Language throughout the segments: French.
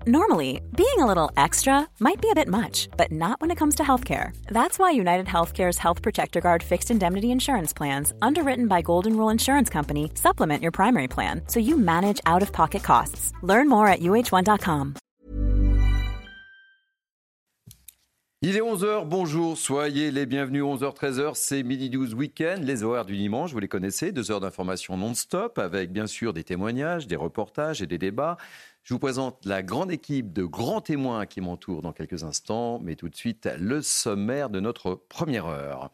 Normally, being a little extra might be a bit much, but not when it comes to healthcare. That's why United Healthcare's Health Protector Guard fixed indemnity insurance plans, underwritten by Golden Rule Insurance Company, supplement your primary plan so you manage out-of-pocket costs. Learn more at uh1.com. Il est 11h, bonjour, soyez les bienvenus, 11h, 13h, c'est Midi 12 Week-end, les horaires du dimanche, vous les connaissez, 2 heures d'information non-stop, avec bien sûr des témoignages, des reportages et des débats. Je vous présente la grande équipe de grands témoins qui m'entourent dans quelques instants, mais tout de suite, le sommaire de notre première heure.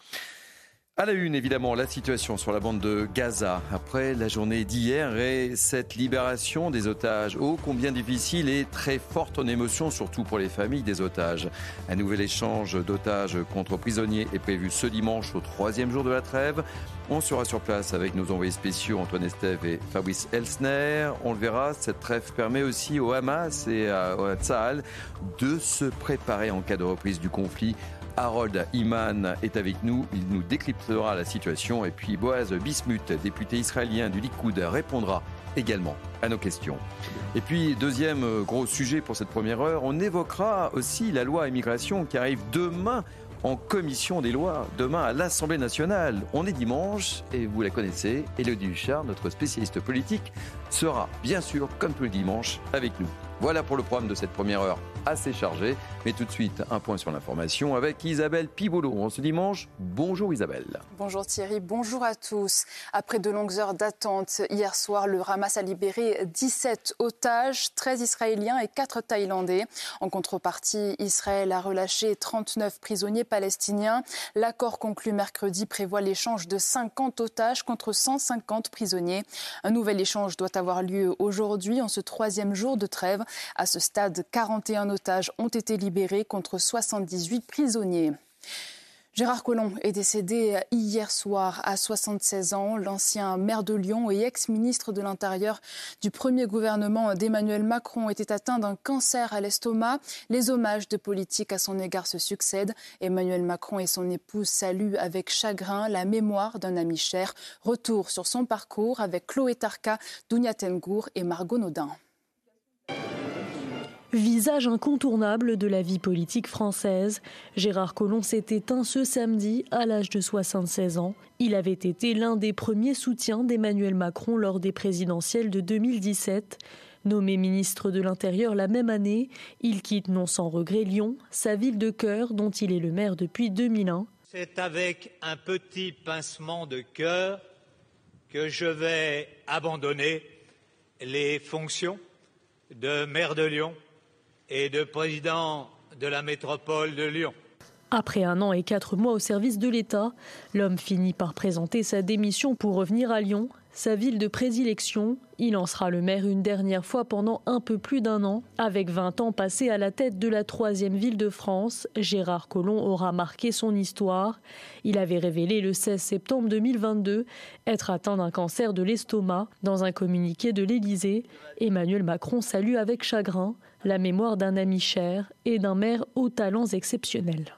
À la une, évidemment, la situation sur la bande de Gaza après la journée d'hier et cette libération des otages. Oh, combien difficile et très forte en émotion, surtout pour les familles des otages. Un nouvel échange d'otages contre prisonniers est prévu ce dimanche au 3e jour de la trêve. On sera sur place avec nos envoyés spéciaux Antoine Estève et Fabrice Elsner. On le verra, cette trêve permet aussi au Hamas et à Tsahal de se préparer en cas de reprise du conflit. Harold Iman est avec nous, il nous décryptera la situation. Et puis Boaz Bismuth, député israélien du Likoud, répondra également à nos questions. Et puis, deuxième gros sujet pour cette première heure, on évoquera aussi la loi immigration qui arrive demain en commission des lois, demain à l'Assemblée nationale. On est dimanche et vous la connaissez, Élodie Huchard, notre spécialiste politique, sera bien sûr, comme tous les dimanches, avec nous. Voilà pour le programme de cette première heure assez chargée. Mais tout de suite, un point sur l'information avec Isabelle Piboulot. En ce dimanche, bonjour Isabelle. Bonjour Thierry, bonjour à tous. Après de longues heures d'attente, hier soir, le Hamas a libéré 17 otages, 13 Israéliens et 4 Thaïlandais. En contrepartie, Israël a relâché 39 prisonniers palestiniens. L'accord conclu mercredi prévoit l'échange de 50 otages contre 150 prisonniers. Un nouvel échange doit avoir lieu aujourd'hui, en ce 3e jour de trêve. À ce stade, 41 otages ont été libérés contre 78 prisonniers. Gérard Collomb est décédé hier soir à 76 ans. L'ancien maire de Lyon et ex-ministre de l'Intérieur du premier gouvernement d'Emmanuel Macron était atteint d'un cancer à l'estomac. Les hommages de politiques à son égard se succèdent. Emmanuel Macron et son épouse saluent avec chagrin la mémoire d'un ami cher. Retour sur son parcours avec Chloé Tarka, Dounia Tengour et Margot Naudin. Visage incontournable de la vie politique française, Gérard Collomb s'est éteint ce samedi à l'âge de 76 ans. Il avait été l'un des premiers soutiens d'Emmanuel Macron lors des présidentielles de 2017. Nommé ministre de l'Intérieur la même année, il quitte non sans regret Lyon, sa ville de cœur dont il est le maire depuis 2001. C'est avec un petit pincement de cœur que je vais abandonner les fonctions de maire de Lyon et de président de la métropole de Lyon. Après 1 an et 4 mois au service de l'État, l'homme finit par présenter sa démission pour revenir à Lyon, sa ville de prédilection. Il en sera le maire une dernière fois pendant un peu plus d'1 an. Avec 20 ans passés à la tête de la 3e ville de France, Gérard Collomb aura marqué son histoire. Il avait révélé le 16 septembre 2022 être atteint d'un cancer de l'estomac. Dans un communiqué de l'Élysée, Emmanuel Macron salue avec chagrin la mémoire d'un ami cher et d'un maire aux talents exceptionnels.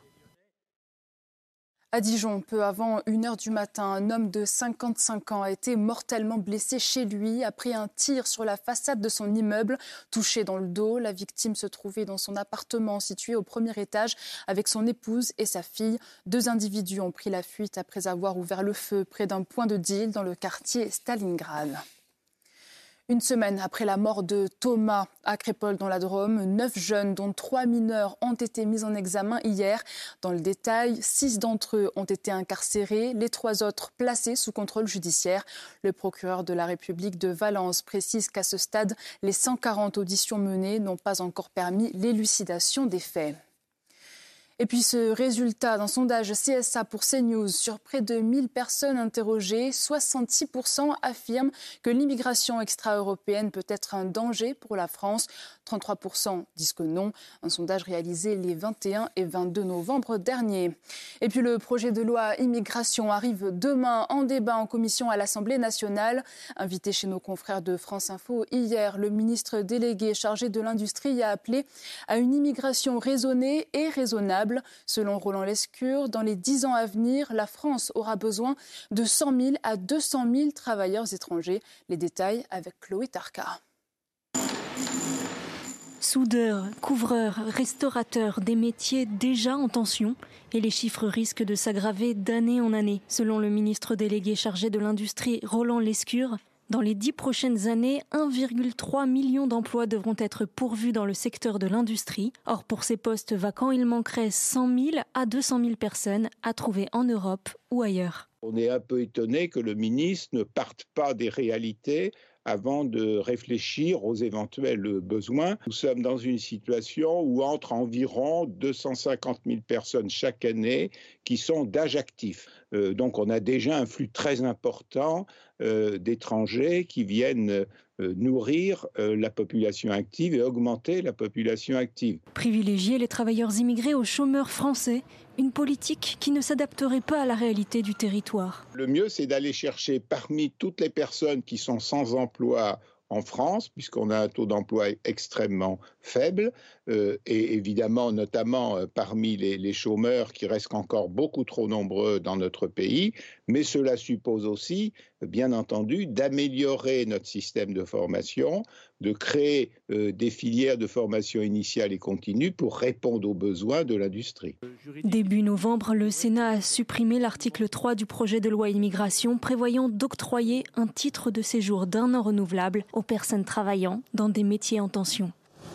À Dijon, peu avant 1h du matin, un homme de 55 ans a été mortellement blessé chez lui après un tir sur la façade de son immeuble. Touché dans le dos, la victime se trouvait dans son appartement situé au 1er étage avec son épouse et sa fille. 2 individus ont pris la fuite après avoir ouvert le feu près d'un point de deal dans le quartier Stalingrad. Une semaine après la mort de Thomas à Crépol dans la Drôme, 9 jeunes, dont 3 mineurs, ont été mis en examen hier. Dans le détail, 6 d'entre eux ont été incarcérés, les 3 autres placés sous contrôle judiciaire. Le procureur de la République de Valence précise qu'à ce stade, les 140 auditions menées n'ont pas encore permis l'élucidation des faits. Et puis ce résultat d'un sondage CSA pour CNews sur près de 1000 personnes interrogées, 66% affirment que l'immigration extra-européenne peut être un danger pour la France. 33% disent que non. Un sondage réalisé les 21 et 22 novembre dernier. Et puis le projet de loi immigration arrive demain en débat en commission à l'Assemblée nationale. Invité chez nos confrères de France Info hier, le ministre délégué chargé de l'industrie a appelé à une immigration raisonnée et raisonnable. Selon Roland Lescure, dans les 10 ans à venir, la France aura besoin de 100 000 à 200 000 travailleurs étrangers. Les détails avec Chloé Tarka. Soudeurs, couvreurs, restaurateurs, des métiers déjà en tension. Et les chiffres risquent de s'aggraver d'année en année. Selon le ministre délégué chargé de l'industrie, Roland Lescure, dans les 10 prochaines années, 1,3 million d'emplois devront être pourvus dans le secteur de l'industrie. Or, pour ces postes vacants, il manquerait 100 000 à 200 000 personnes à trouver en Europe ou ailleurs. On est un peu étonné que le ministre ne parte pas des réalités avant de réfléchir aux éventuels besoins. Nous sommes dans une situation où entrent environ 250 000 personnes chaque année qui sont d'âge actif. Donc on a déjà un flux très important d'étrangers qui viennent nourrir la population active et augmenter la population active. Privilégier les travailleurs immigrés aux chômeurs français, une politique qui ne s'adapterait pas à la réalité du territoire. Le mieux, c'est d'aller chercher parmi toutes les personnes qui sont sans emploi en France, puisqu'on a un taux d'emploi extrêmement faible, et évidemment, notamment parmi les chômeurs qui restent encore beaucoup trop nombreux dans notre pays. Mais cela suppose aussi, bien entendu, d'améliorer notre système de formation, de créer des filières de formation initiale et continue pour répondre aux besoins de l'industrie. Début novembre, le Sénat a supprimé l'article 3 du projet de loi immigration prévoyant d'octroyer un titre de séjour d'1 an renouvelable aux personnes travaillant dans des métiers en tension.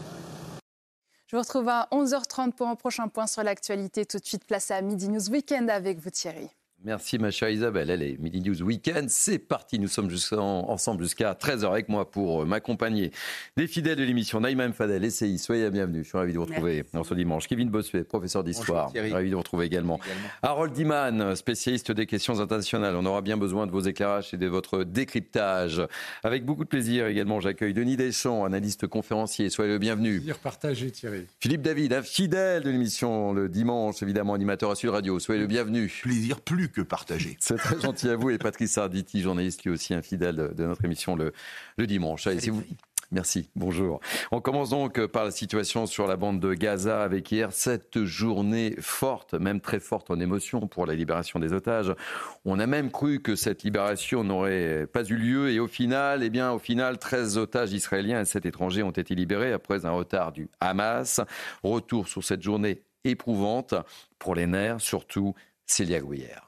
Je vous retrouve à 11h30 pour un prochain point sur l'actualité. Tout de suite, place à Midi News Weekend avec vous, Thierry. Merci ma chère Isabelle, elle est Midi News Weekend, c'est parti, nous sommes ensemble jusqu'à 13h avec moi pour m'accompagner. Des fidèles de l'émission, Naïma Mfadel, essayiste, soyez la bienvenue, je suis ravi de vous retrouver dans ce dimanche. Kevin Bossuet, professeur d'histoire, ravi de vous retrouver également. Harold Iman, spécialiste des questions internationales, on aura bien besoin de vos éclairages et de votre décryptage. Avec beaucoup de plaisir également, j'accueille Denis Deschamps, analyste conférencier, soyez le bienvenu. Plaisir partagé Thierry. Philippe David, un fidèle de l'émission le dimanche, évidemment animateur à Sud Radio, soyez le bienvenu. Plaisir plus que partagé. C'est très gentil à vous. Et Patrice Arditi, journaliste, qui est aussi un fidèle de notre émission le dimanche. Allez, merci, bonjour. On commence donc par la situation sur la bande de Gaza avec hier cette journée forte, même très forte en émotion pour la libération des otages. On a même cru que cette libération n'aurait pas eu lieu et au final, 13 otages israéliens et 7 étrangers ont été libérés après un retard du Hamas. Retour sur cette journée éprouvante pour les nerfs, surtout Célia Gouillère.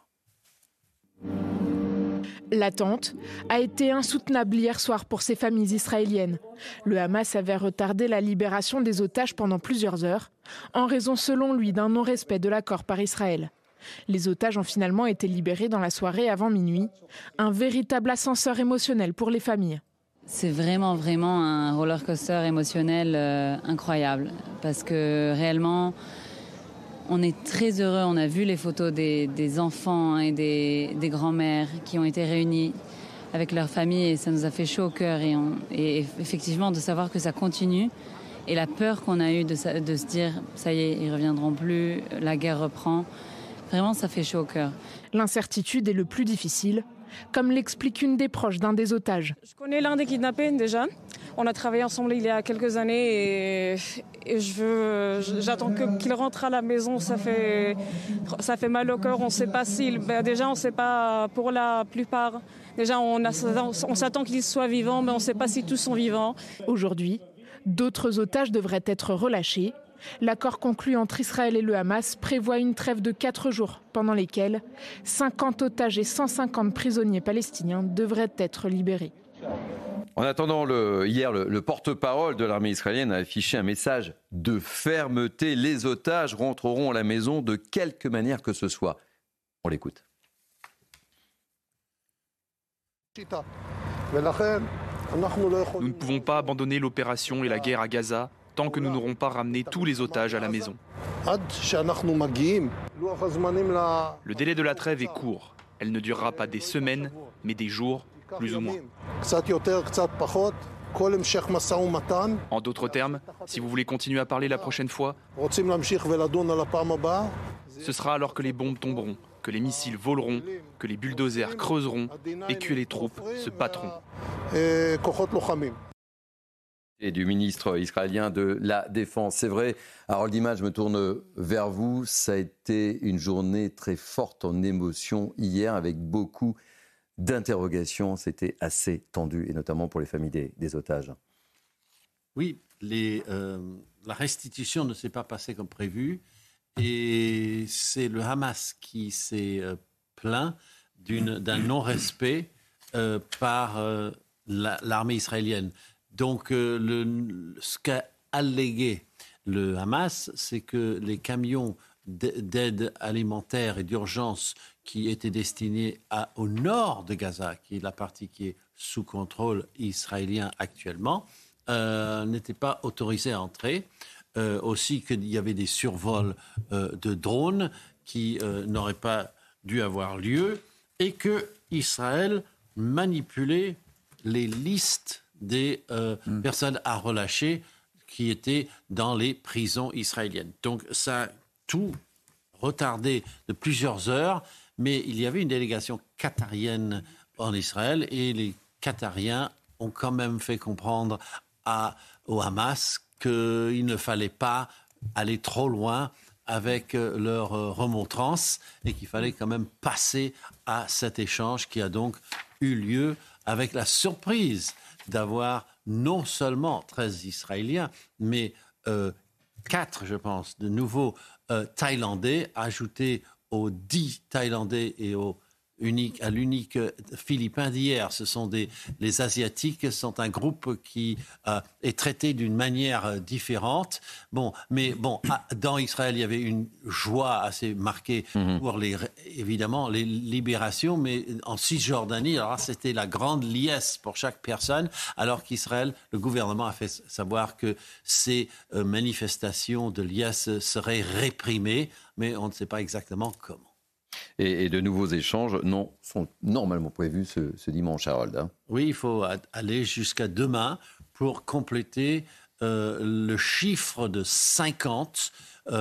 L'attente a été insoutenable hier soir pour ces familles israéliennes. Le Hamas avait retardé la libération des otages pendant plusieurs heures, en raison selon lui d'un non-respect de l'accord par Israël. Les otages ont finalement été libérés dans la soirée avant minuit, un véritable ascenseur émotionnel pour les familles. C'est vraiment un roller coaster émotionnel incroyable, parce que réellement... On est très heureux, on a vu les photos des enfants et des grands-mères qui ont été réunis avec leur famille et ça nous a fait chaud au cœur et effectivement de savoir que ça continue et la peur qu'on a eue de se dire ça y est, ils ne reviendront plus, la guerre reprend, vraiment ça fait chaud au cœur. L'incertitude est le plus difficile, comme l'explique une des proches d'un des otages. Je connais l'un des kidnappés déjà. On a travaillé ensemble il y a quelques années et j'attends qu'il rentre à la maison. Ça fait mal au cœur. On ne sait pas déjà on ne sait pas pour la plupart. Déjà on s'attend qu'ils soient vivants, mais on ne sait pas si tous sont vivants. Aujourd'hui, d'autres otages devraient être relâchés. L'accord conclu entre Israël et le Hamas prévoit une trêve de 4 jours, pendant lesquels 50 otages et 150 prisonniers palestiniens devraient être libérés. En attendant, hier, le porte-parole de l'armée israélienne a affiché un message de fermeté. Les otages rentreront à la maison de quelque manière que ce soit. On l'écoute. Nous ne pouvons pas abandonner l'opération et la guerre à Gaza tant que nous n'aurons pas ramené tous les otages à la maison. Le délai de la trêve est court. Elle ne durera pas des semaines, mais des jours, plus ou moins. En d'autres termes, si vous voulez continuer à parler la prochaine fois, ce sera alors que les bombes tomberont, que les missiles voleront, que les bulldozers creuseront et que les troupes se battront. Et du ministre israélien de la Défense. C'est vrai, Harold Iman, je me tourne vers vous. Ça a été une journée très forte en émotion hier avec beaucoup d'interrogations. C'était assez tendu, et notamment pour les familles des otages. Oui, la restitution ne s'est pas passée comme prévu et c'est le Hamas qui s'est plaint d'un non-respect par l'armée israélienne. Donc, ce qu'a allégué le Hamas, c'est que les camions d'aide alimentaire et d'urgence qui étaient destinés au nord de Gaza, qui est la partie qui est sous contrôle israélien actuellement, n'étaient pas autorisés à entrer. Aussi qu'il y avait des survols de drones qui n'auraient pas dû avoir lieu et que Israël manipulait les listes des personnes à relâcher qui étaient dans les prisons israéliennes. Donc ça a tout retardé de plusieurs heures, mais il y avait une délégation qatarienne en Israël et les Qatariens ont quand même fait comprendre au Hamas qu'il ne fallait pas aller trop loin avec leur remontrance et qu'il fallait quand même passer à cet échange qui a donc eu lieu avec la surprise d'avoir non seulement 13 Israéliens, mais 4, je pense, de nouveaux Thaïlandais ajoutés aux 10 Thaïlandais et à l'unique Philippin d'hier. Ce sont les Asiatiques sont un groupe qui est traité d'une manière différente. Mais dans Israël, il y avait une joie assez marquée pour évidemment les libérations, mais en Cisjordanie, alors c'était la grande liesse pour chaque personne, alors qu'Israël, le gouvernement a fait savoir que ces manifestations de liesse seraient réprimées, mais on ne sait pas exactement comment. Et de nouveaux échanges sont normalement prévus ce dimanche, Harold. Oui, il faut aller jusqu'à demain pour compléter le chiffre de 50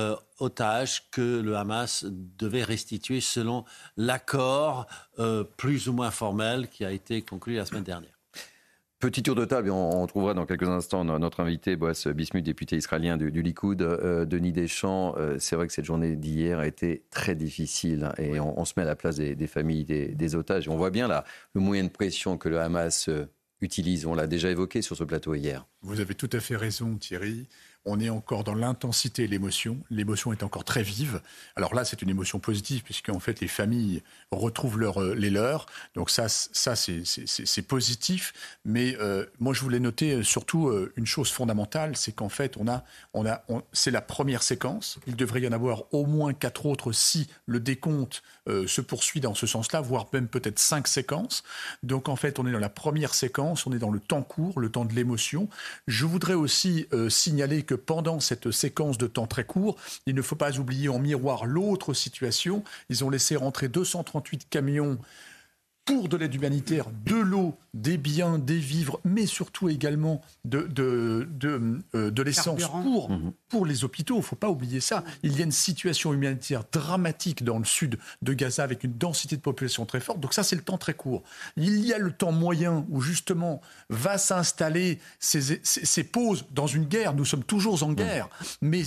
otages que le Hamas devait restituer selon l'accord plus ou moins formel qui a été conclu la semaine dernière. Petit tour de table, et on retrouvera dans quelques instants notre invité, Boaz Bismuth, député israélien du Likoud, Denis Deschamps. C'est vrai que cette journée d'hier a été très difficile et on se met à la place des familles des otages. Et on voit bien là le moyen de pression que le Hamas utilise. On l'a déjà évoqué sur ce plateau hier. Vous avez tout à fait raison, Thierry. On est encore dans l'intensité et l'émotion. L'émotion est encore très vive. Alors là, c'est une émotion positive puisqu'en fait, les familles retrouvent les leurs. Donc ça c'est positif. Mais moi, je voulais noter surtout une chose fondamentale, c'est qu'en fait, c'est la première séquence. Il devrait y en avoir au moins 4 autres si le décompte se poursuit dans ce sens-là, voire même peut-être 5 séquences. Donc en fait, on est dans la première séquence, on est dans le temps court, le temps de l'émotion. Je voudrais aussi signaler que pendant cette séquence de temps très court, il ne faut pas oublier en miroir l'autre situation. Ils ont laissé rentrer 238 camions pour de l'aide humanitaire, de l'eau, des biens, des vivres, mais surtout également de l'essence pour les hôpitaux. Il ne faut pas oublier ça. Il y a une situation humanitaire dramatique dans le sud de Gaza avec une densité de population très forte. Donc ça, c'est le temps très court. Il y a le temps moyen où justement va s'installer ces pauses dans une guerre. Nous sommes toujours en guerre. Mais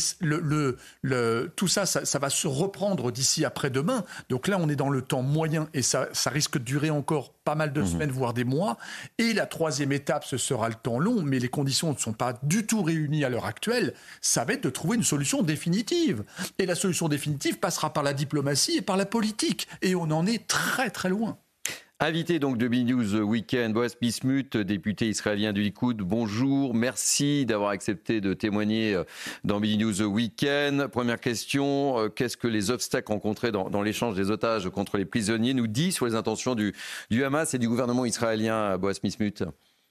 tout ça va se reprendre d'ici après-demain. Donc là, on est dans le temps moyen et ça risque de durer encore pas mal de semaines, voire des mois. Et la troisième étape, ce sera le temps long, mais les conditions ne sont pas du tout réunies à l'heure actuelle. Ça va être de trouver une solution définitive. Et la solution définitive passera par la diplomatie et par la politique. Et on en est très très loin. Invité donc de BNews Weekend, Boaz Bismuth, député israélien du Likoud. Bonjour, merci d'avoir accepté de témoigner dans BNews Weekend. Première question, qu'est-ce que les obstacles rencontrés dans l'échange des otages contre les prisonniers nous disent sur les intentions du Hamas et du gouvernement israélien, Boaz Bismuth?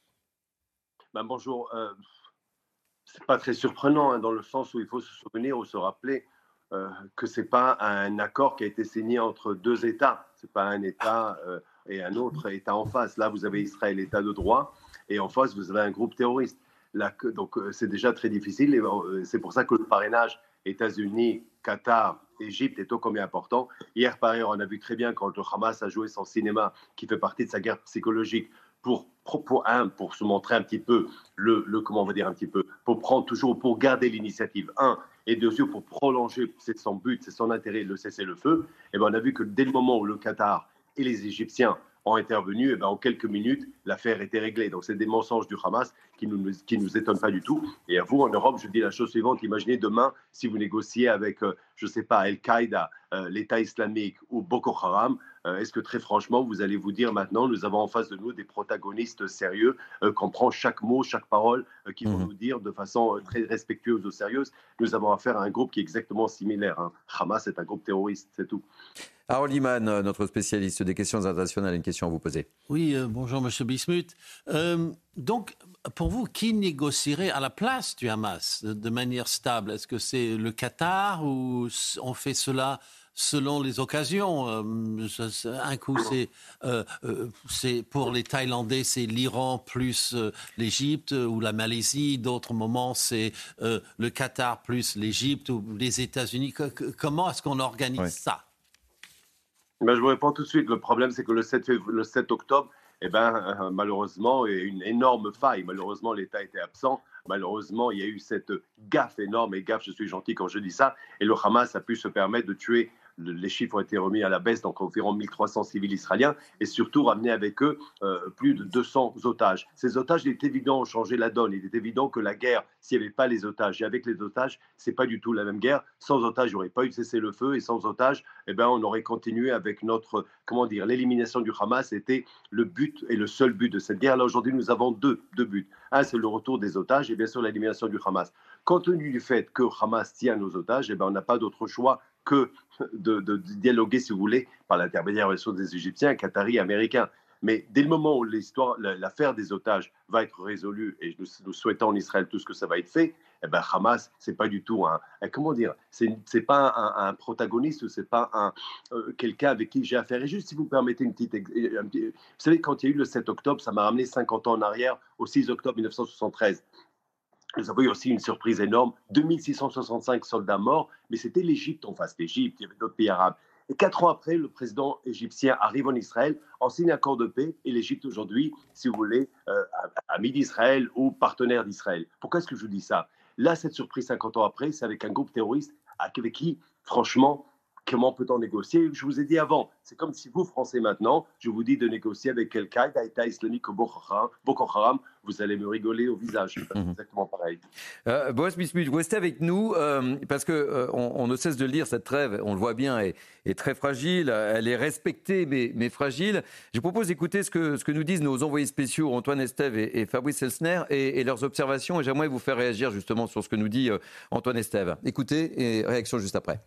Bonjour, c'est pas très surprenant dans le sens où il faut se souvenir ou se rappeler que c'est pas un accord qui a été signé entre deux États. C'est pas un État et un autre État en face. Là, vous avez Israël, État de droit, et en face, vous avez un groupe terroriste. Là, donc, c'est déjà très difficile. Et c'est pour ça que le parrainage États-Unis, Qatar, Égypte est ô combien important. Hier, par ailleurs, on a vu très bien quand le Hamas a joué son cinéma, qui fait partie de sa guerre psychologique, pour se montrer un petit peu comment on va dire un petit peu, pour garder l'initiative, et deux yeux pour prolonger, c'est son but, c'est son intérêt, le cessez-le-feu. Et on a vu que dès le moment où le Qatar et les Égyptiens ont intervenu, en quelques minutes, l'affaire était réglée. Donc c'est des mensonges du Hamas qui nous étonne pas du tout. Et à vous, en Europe, je dis la chose suivante. Imaginez demain, si vous négociez avec, je ne sais pas, Al-Qaïda, l'État islamique ou Boko Haram, est-ce que très franchement, vous allez vous dire maintenant, nous avons en face de nous des protagonistes sérieux, qu'on prend chaque mot, chaque parole, qui vont nous dire de façon très respectueuse ou sérieuse. Nous avons affaire à un groupe qui est exactement similaire. Hamas est un groupe terroriste, c'est tout. Harold Iman, notre spécialiste des questions internationales, une question à vous poser. Oui, bonjour M. Bismuth. Donc, pour vous, qui négocierait à la place du Hamas de manière stable? Est-ce que c'est le Qatar ou on fait cela selon les occasions? Un coup, c'est pour les Thaïlandais, c'est l'Iran plus l'Égypte ou la Malaisie. D'autres moments, c'est le Qatar plus l'Égypte ou les États-Unis. Comment est-ce qu'on organise ça? Ben, je vous réponds tout de suite. Le problème, c'est que le 7 octobre, malheureusement, il y a une énorme faille. Malheureusement, l'État était absent. Malheureusement, il y a eu cette gaffe énorme. Et gaffe, je suis gentil quand je dis ça. Et le Hamas a pu se permettre de tuer. Les chiffres ont été remis à la baisse, donc environ 1300 civils israéliens, et surtout ramener avec eux plus de 200 otages. Ces otages, il est évident, ont changé la donne. Il est évident que la guerre, s'il n'y avait pas les otages, et avec les otages, ce n'est pas du tout la même guerre. Sans otages, il n'y aurait pas eu de cessez-le-feu, et sans otages, on aurait continué avec notre, l'élimination du Hamas. C'était le but et le seul but de cette guerre. Là, aujourd'hui, nous avons deux buts. Un, c'est le retour des otages, et bien sûr l'élimination du Hamas. Compte tenu du fait que Hamas tient nos otages, on n'a pas d'autre choix que de dialoguer, si vous voulez, par l'intermédiaire des Égyptiens, Qataris, Américains. Mais dès le moment où l'affaire des otages va être résolue, et nous souhaitons en Israël tout ce que ça va être fait, Hamas, c'est pas du tout c'est pas un protagoniste, c'est pas quelqu'un avec qui j'ai affaire. Et juste, si vous permettez vous savez, quand il y a eu le 7 octobre, ça m'a ramené 50 ans en arrière, au 6 octobre 1973. Nous avons eu aussi une surprise énorme, 2665 soldats morts, mais c'était l'Égypte en face. L'Égypte, il y avait d'autres pays arabes. Et 4 ans après, le président égyptien arrive en Israël, en signe un accord de paix, et l'Égypte aujourd'hui, si vous voulez, ami d'Israël ou partenaire d'Israël. Pourquoi est-ce que je vous dis ça? Là, cette surprise 50 ans après, c'est avec un groupe terroriste avec qui, franchement, comment peut-on négocier? Je vous ai dit avant, c'est comme si vous, Français, maintenant, je vous dis de négocier avec Al-Qaïda, État islamique ou Boko Haram, vous allez me rigoler au visage. C'est exactement pareil. Boaz Bismuth, vous restez avec nous parce qu'on ne cesse de le dire, cette trêve, on le voit bien, est très fragile. Elle est respectée, mais fragile. Je vous propose d'écouter ce que nous disent nos envoyés spéciaux, Antoine Estève et Fabrice Elsner, et leurs observations. Et j'aimerais vous faire réagir justement sur ce que nous dit Antoine Estève. Écoutez, et réaction juste après.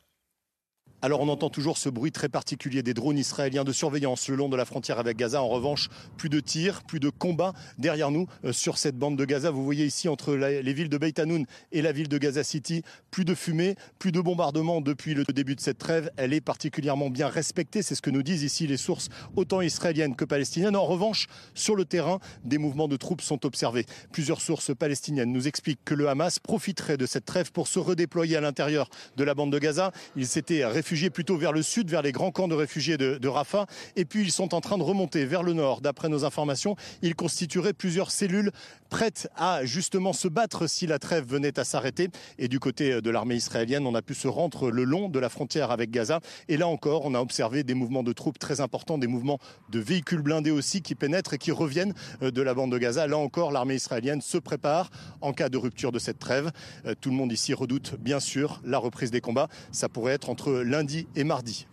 Alors on entend toujours ce bruit très particulier des drones israéliens de surveillance le long de la frontière avec Gaza. En revanche, plus de tirs, plus de combats derrière nous sur cette bande de Gaza. Vous voyez ici entre les villes de Beit Hanoun et la ville de Gaza City, plus de fumée, plus de bombardements depuis le début de cette trêve. Elle est particulièrement bien respectée, c'est ce que nous disent ici les sources autant israéliennes que palestiniennes. En revanche, sur le terrain, des mouvements de troupes sont observés. Plusieurs sources palestiniennes nous expliquent que le Hamas profiterait de cette trêve pour se redéployer à l'intérieur de la bande de Gaza. Il s'était réfugiés plutôt vers le sud, vers les grands camps de réfugiés de Rafah. Et puis ils sont en train de remonter vers le nord. D'après nos informations, ils constitueraient plusieurs cellules prêtes à justement se battre si la trêve venait à s'arrêter. Et du côté de l'armée israélienne, on a pu se rendre le long de la frontière avec Gaza. Et là encore, on a observé des mouvements de troupes très importants, des mouvements de véhicules blindés aussi qui pénètrent et qui reviennent de la bande de Gaza. Là encore, l'armée israélienne se prépare en cas de rupture de cette trêve. Tout le monde ici redoute bien sûr la reprise des combats. Ça pourrait être entre lundi et mardi.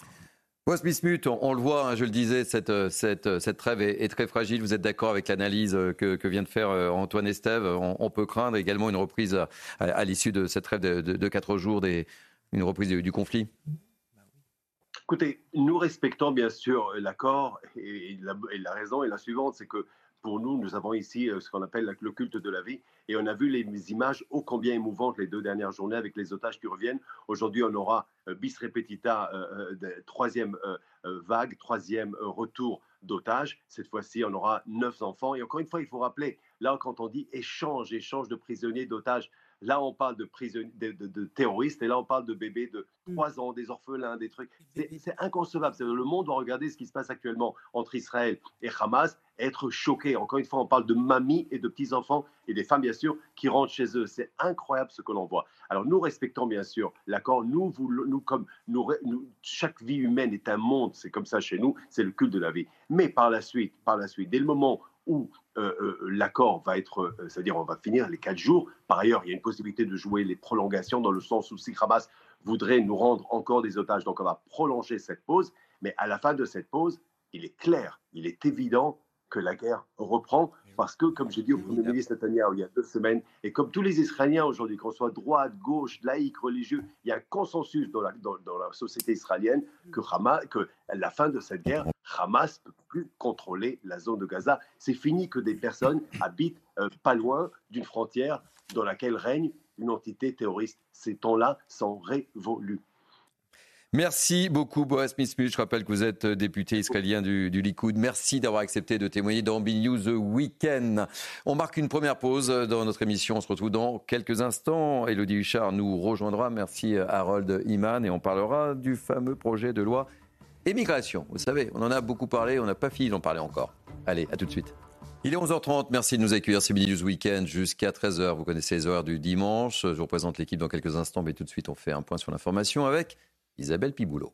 Boaz Bismuth, on le voit, hein, je le disais, cette trêve est très fragile. Vous êtes d'accord avec l'analyse que vient de faire Antoine Estève? On peut craindre également une reprise à l'issue de cette trêve de 4 jours, une reprise du conflit? Écoutez, nous respectons bien sûr l'accord et la raison est la suivante, c'est que pour nous, nous avons ici ce qu'on appelle le culte de la vie. Et on a vu les images ô combien émouvantes les 2 dernières journées avec les otages qui reviennent. Aujourd'hui, on aura bis repetita, troisième vague, troisième retour d'otages. Cette fois-ci, on aura 9 enfants. Et encore une fois, il faut rappeler, là, quand on dit échange de prisonniers, d'otages, là, on parle de terroristes et là, on parle de bébés de 3 ans, des orphelins, des trucs. C'est inconcevable. Le monde doit regarder ce qui se passe actuellement entre Israël et Hamas et être choqué. Encore une fois, on parle de mamies et de petits-enfants et des femmes, bien sûr, qui rentrent chez eux. C'est incroyable ce que l'on voit. Alors, nous respectons, bien sûr, l'accord. Chaque vie humaine est un monde. C'est comme ça chez nous. C'est le culte de la vie. Mais par la suite, dès le moment où l'accord va être, c'est-à-dire on va finir les 4 jours. Par ailleurs, il y a une possibilité de jouer les prolongations dans le sens où si Hamas voudrait nous rendre encore des otages, donc on va prolonger cette pause. Mais à la fin de cette pause, il est clair, il est évident que la guerre reprend parce que, comme j'ai dit au Premier ministre Netanyahou il y a 2 semaines, et comme tous les Israéliens aujourd'hui, qu'on soit droite, gauche, laïque, religieux, il y a un consensus dans la société israélienne que la fin de cette guerre, Hamas ne peut plus contrôler la zone de Gaza. C'est fini que des personnes habitent pas loin d'une frontière dans laquelle règne une entité terroriste. Ces temps-là sont révolus. Merci beaucoup, Boaz Smith. Je rappelle que vous êtes député israélien du Likoud. Merci d'avoir accepté de témoigner dans Big News The Weekend. On marque une première pause dans notre émission. On se retrouve dans quelques instants. Élodie Huchard nous rejoindra. Merci Harold Iman. Et on parlera du fameux projet de loi immigration. Vous savez, on en a beaucoup parlé. On n'a pas fini d'en parler encore. Allez, à tout de suite. Il est 11h30, merci de nous accueillir, c'est Big News Weekend jusqu'à 13h. Vous connaissez les horaires du dimanche. Je vous représente l'équipe dans quelques instants, mais tout de suite on fait un point sur l'information avec Isabelle Piboulot.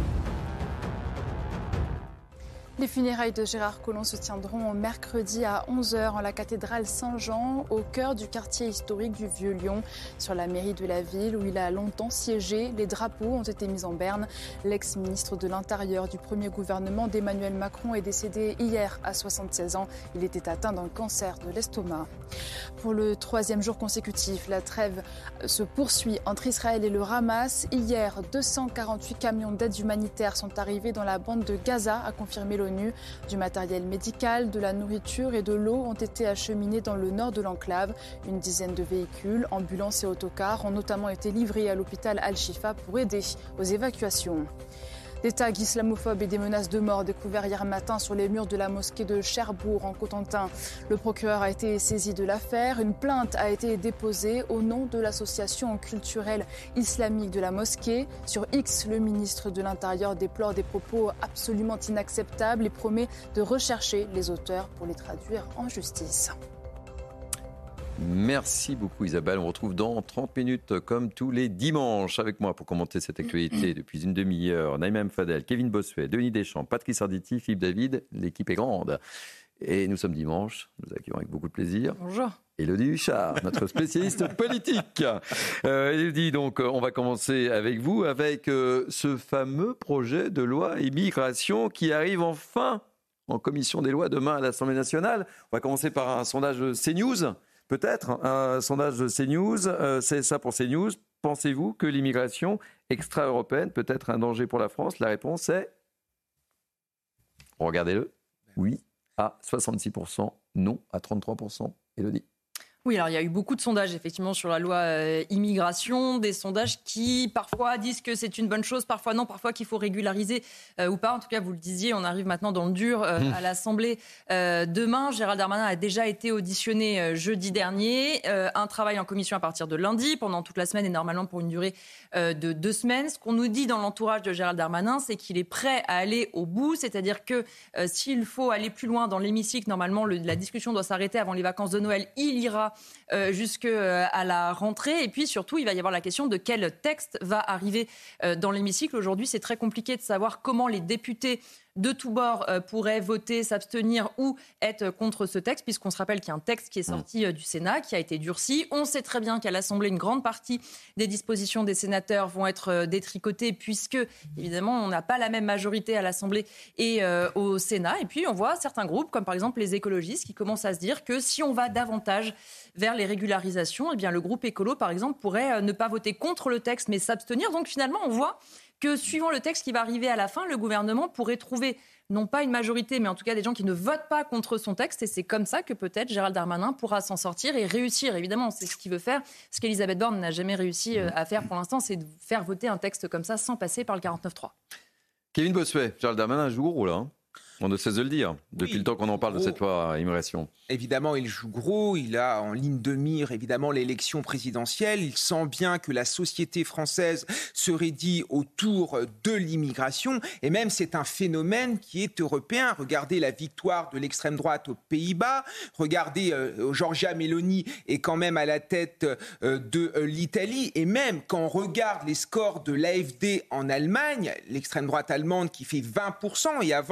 Les funérailles de Gérard Collomb se tiendront mercredi à 11h en la cathédrale Saint-Jean, au cœur du quartier historique du Vieux-Lyon, sur la mairie de la ville où il a longtemps siégé. Les drapeaux ont été mis en berne. L'ex-ministre de l'Intérieur du premier gouvernement d'Emmanuel Macron est décédé hier à 76 ans. Il était atteint d'un cancer de l'estomac. Pour le 3e jour consécutif, la trêve se poursuit entre Israël et le Hamas. Hier, 248 camions d'aide humanitaire sont arrivés dans la bande de Gaza, a confirmé l'ONU. Du matériel médical, de la nourriture et de l'eau ont été acheminés dans le nord de l'enclave. Une dizaine de véhicules, ambulances et autocars ont notamment été livrés à l'hôpital Al-Shifa pour aider aux évacuations. Des tags islamophobes et des menaces de mort découverts hier matin sur les murs de la mosquée de Cherbourg en Cotentin. Le procureur a été saisi de l'affaire. Une plainte a été déposée au nom de l'association culturelle islamique de la mosquée. Sur X, le ministre de l'Intérieur déplore des propos absolument inacceptables et promet de rechercher les auteurs pour les traduire en justice. Merci beaucoup Isabelle, on retrouve dans 30 minutes comme tous les dimanches avec moi pour commenter cette actualité depuis une demi-heure. Naïma M. Fadel, Kevin Bossuet, Denis Deschamps, Patrice Arditi, Philippe David, l'équipe est grande. Et nous sommes dimanche, nous accueillons avec beaucoup de plaisir. Bonjour. Élodie Huchard, notre spécialiste politique. Élodie, donc on va commencer avec vous, avec ce fameux projet de loi immigration qui arrive enfin en commission des lois demain à l'Assemblée nationale. On va commencer par un sondage CNews. Peut-être un sondage de CNews, c'est ça pour CNews. Pensez-vous que l'immigration extra-européenne peut être un danger pour la France ? La réponse est, regardez-le, oui à 66%, non à 33%. Élodie ? Oui, alors il y a eu beaucoup de sondages effectivement sur la loi immigration, des sondages qui parfois disent que c'est une bonne chose, parfois non, parfois qu'il faut régulariser ou pas. En tout cas, vous le disiez, on arrive maintenant dans le dur à l'Assemblée demain. Gérald Darmanin a déjà été auditionné jeudi dernier. Un travail en commission à partir de lundi, pendant toute la semaine et normalement pour une durée de 2 semaines. Ce qu'on nous dit dans l'entourage de Gérald Darmanin, c'est qu'il est prêt à aller au bout, c'est-à-dire que s'il faut aller plus loin dans l'hémicycle, normalement la discussion doit s'arrêter avant les vacances de Noël, il ira jusqu'à la rentrée. Et puis surtout, il va y avoir la question de quel texte va arriver dans l'hémicycle. Aujourd'hui, c'est très compliqué de savoir comment les députés de tous bords pourraient voter, s'abstenir ou être contre ce texte, puisqu'on se rappelle qu'il y a un texte qui est sorti du Sénat, qui a été durci. On sait très bien qu'à l'Assemblée, une grande partie des dispositions des sénateurs vont être détricotées, puisque, évidemment, on n'a pas la même majorité à l'Assemblée et au Sénat. Et puis, on voit certains groupes, comme par exemple les écologistes, qui commencent à se dire que si on va davantage vers les régularisations, eh bien, le groupe écolo, par exemple, pourrait ne pas voter contre le texte, mais s'abstenir. Donc, finalement, on voit que suivant le texte qui va arriver à la fin, le gouvernement pourrait trouver non pas une majorité, mais en tout cas des gens qui ne votent pas contre son texte. Et c'est comme ça que peut-être Gérald Darmanin pourra s'en sortir et réussir. Évidemment, c'est ce qu'il veut faire. Ce qu'Elisabeth Borne n'a jamais réussi à faire pour l'instant, c'est de faire voter un texte comme ça sans passer par le 49.3. Kevin Bossuet, Gérald Darmanin joue gros là. On ne cesse de le dire, depuis le temps qu'on en parle de cette loi immigration. Évidemment, il joue gros, il a en ligne de mire évidemment l'élection présidentielle. Il sent bien que la société française se raidit autour de l'immigration. Et même, c'est un phénomène qui est européen. Regardez la victoire de l'extrême droite aux Pays-Bas. Regardez, Giorgia Meloni est quand même à la tête de l'Italie. Et même quand on regarde les scores de l'AfD en Allemagne, l'extrême droite allemande qui fait 20%, et avant cette extrême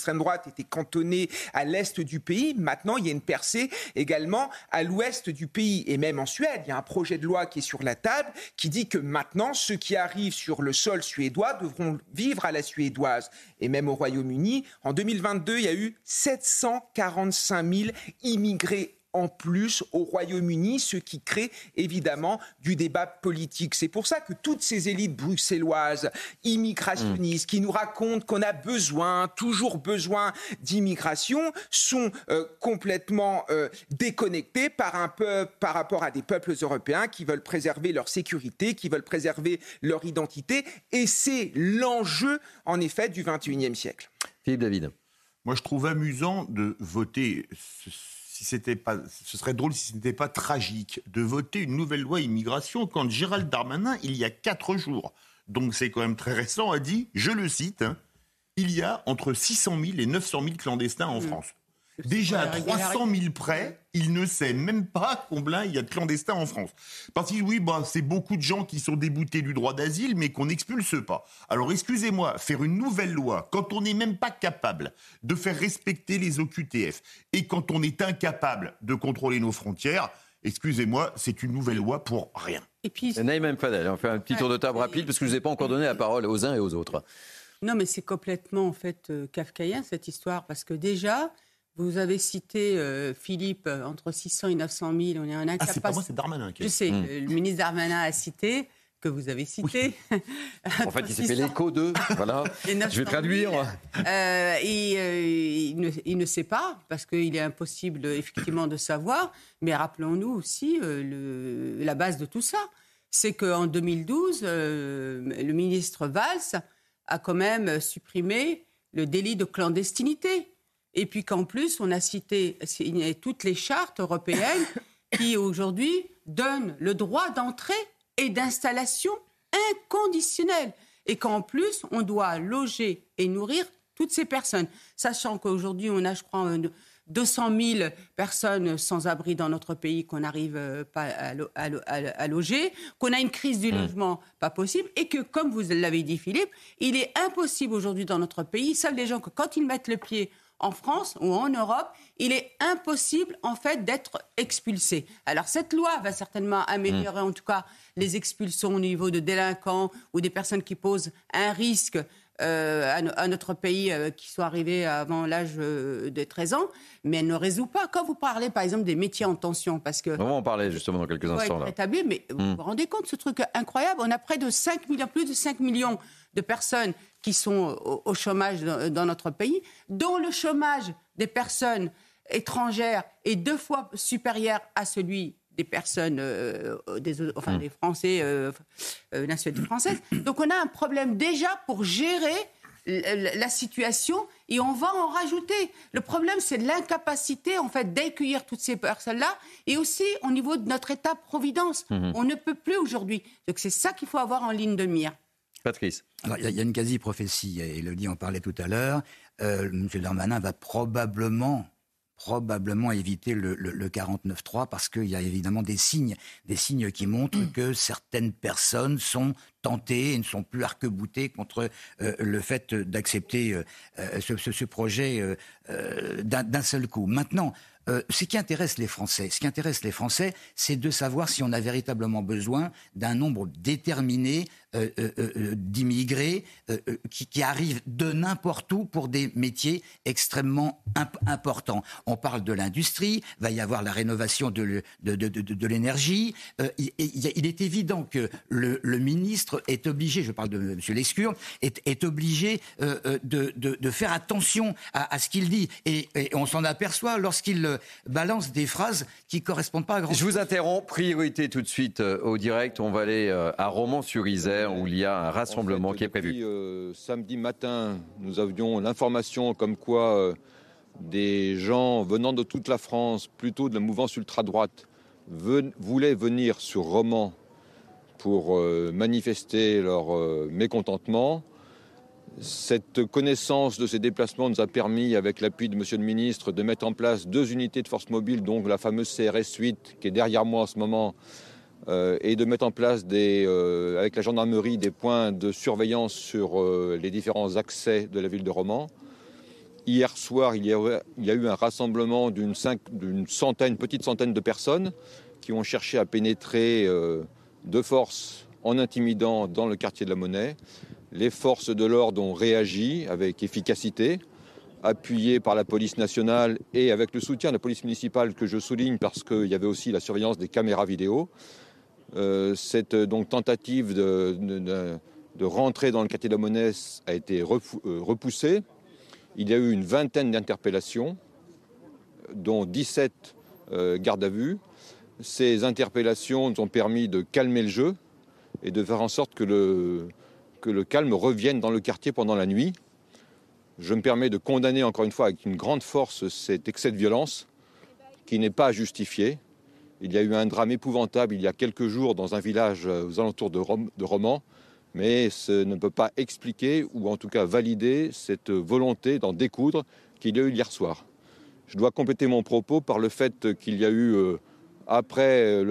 l'extrême droite était cantonnée à l'est du pays. Maintenant, il y a une percée également à l'ouest du pays. Et même en Suède, il y a un projet de loi qui est sur la table qui dit que maintenant, ceux qui arrivent sur le sol suédois devront vivre à la suédoise. Et même au Royaume-Uni, en 2022, il y a eu 745 000 immigrés en plus au Royaume-Uni, ce qui crée évidemment du débat politique. C'est pour ça que toutes ces élites bruxelloises, immigrationnistes, qui nous racontent qu'on a toujours besoin d'immigration, sont complètement déconnectées par rapport à des peuples européens qui veulent préserver leur sécurité, qui veulent préserver leur identité. Et c'est l'enjeu, en effet, du XXIe siècle. Philippe David. Moi, je trouve amusant de voter... ce serait drôle si ce n'était pas tragique de voter une nouvelle loi immigration quand Gérald Darmanin, il y a 4 jours, donc c'est quand même très récent, a dit, je le cite, il y a entre 600 000 et 900 000 clandestins en France. Déjà à 300 000 près, il ne sait même pas combien il y a de clandestins en France. Parce qu'il dit, oui, c'est beaucoup de gens qui sont déboutés du droit d'asile, mais qu'on n'expulse pas. Alors, excusez-moi, faire une nouvelle loi, quand on n'est même pas capable de faire respecter les OQTF, et quand on est incapable de contrôler nos frontières, excusez-moi, c'est une nouvelle loi pour rien. Et puis... Naïm M. Fadel, on fait un petit tour de table rapide, parce que je ne vous ai pas encore donné la parole aux uns et aux autres. Non, mais c'est complètement, en fait, kafkaïen, cette histoire, parce que déjà... Vous avez cité, Philippe, entre 600 et 900 000, on est en incapacité... Ah, c'est pas moi, c'est Darmanin. Je sais, le ministre Darmanin a cité, que vous avez cité. Oui. En fait, il s'est fait l'écho d'eux, voilà. Je vais traduire. Il ne sait pas, parce qu'il est impossible, effectivement, de savoir. Mais rappelons-nous aussi la base de tout ça. C'est qu'en 2012, le ministre Valls a quand même supprimé le délit de clandestinité. Et puis qu'en plus, on a cité toutes les chartes européennes qui, aujourd'hui, donnent le droit d'entrée et d'installation inconditionnel. Et qu'en plus, on doit loger et nourrir toutes ces personnes. Sachant qu'aujourd'hui, on a, je crois, 200 000 personnes sans abri dans notre pays qu'on n'arrive pas à loger, qu'on a une crise du logement pas possible, et que, comme vous l'avez dit, Philippe, il est impossible aujourd'hui dans notre pays, savent les gens que quand ils mettent le pied en France ou en Europe, il est impossible, en fait, d'être expulsé. Alors, cette loi va certainement améliorer, en tout cas, les expulsions au niveau de délinquants ou des personnes qui posent un risque à notre pays, qui sont arrivés avant l'âge de 13 ans, mais elle ne résout pas. Quand vous parlez, par exemple, des métiers en tension, parce que... On va en parler, justement, dans quelques instants. Là. Rétabli, mais vous vous rendez compte, ce truc incroyable, on a près de 5 millions, plus de 5 millions de personnes qui sont au chômage dans notre pays, dont le chômage des personnes étrangères est 2 fois supérieur à celui des personnes, des Français, nationalité française. Donc on a un problème déjà pour gérer la situation et on va en rajouter. Le problème, c'est l'incapacité, en fait, d'accueillir toutes ces personnes-là et aussi au niveau de notre État-providence. On ne peut plus aujourd'hui. Donc c'est ça qu'il faut avoir en ligne de mire. Patrice. Alors, il y a une quasi-prophétie, Élodie en parlait tout à l'heure. M. Darmanin va probablement éviter le 49.3 parce qu'il y a évidemment des signes qui montrent que certaines personnes sont tentées et ne sont plus arc-boutées contre le fait d'accepter ce projet d'un seul coup. Maintenant, ce qui intéresse les Français, c'est de savoir si on a véritablement besoin d'un nombre déterminé d'immigrés qui arrivent de n'importe où pour des métiers extrêmement importants. On parle de l'industrie, va y avoir la rénovation de l'énergie. Il est évident que le ministre est obligé, je parle de M. Lescure, est obligé de faire attention à ce qu'il dit. Et on s'en aperçoit lorsqu'il balance des phrases qui ne correspondent pas à grand-chose. Je vous interromps, priorité tout de suite au direct. On va aller à Romans-sur-Isère où il y a un rassemblement qui est prévu. Samedi matin, nous avions l'information comme quoi des gens venant de toute la France, plutôt de la mouvance ultra-droite, voulaient venir sur Romans pour manifester leur mécontentement. Cette connaissance de ces déplacements nous a permis, avec l'appui de Monsieur le Ministre, de mettre en place 2 unités de force mobile, donc la fameuse CRS 8 qui est derrière moi en ce moment, et de mettre en place avec la gendarmerie des points de surveillance sur les différents accès de la ville de Romans. Hier soir, il y a eu un rassemblement d'une petite centaine de personnes qui ont cherché à pénétrer de force en intimidant dans le quartier de la Monnaie. Les forces de l'ordre ont réagi avec efficacité, appuyées par la police nationale et avec le soutien de la police municipale que je souligne parce qu'il y avait aussi la surveillance des caméras vidéo. Cette tentative de rentrer dans le quartier de la Monnaie a été repoussée. Il y a eu une vingtaine d'interpellations, dont 17 gardes à vue. Ces interpellations nous ont permis de calmer le jeu et de faire en sorte que le calme revienne dans le quartier pendant la nuit. Je me permets de condamner encore une fois avec une grande force cet excès de violence qui n'est pas justifié. Il y a eu un drame épouvantable il y a quelques jours dans un village aux alentours de Romans, mais ce ne peut pas expliquer ou en tout cas valider cette volonté d'en découdre qu'il y a eu hier soir. Je dois compléter mon propos par le fait qu'il y a eu, après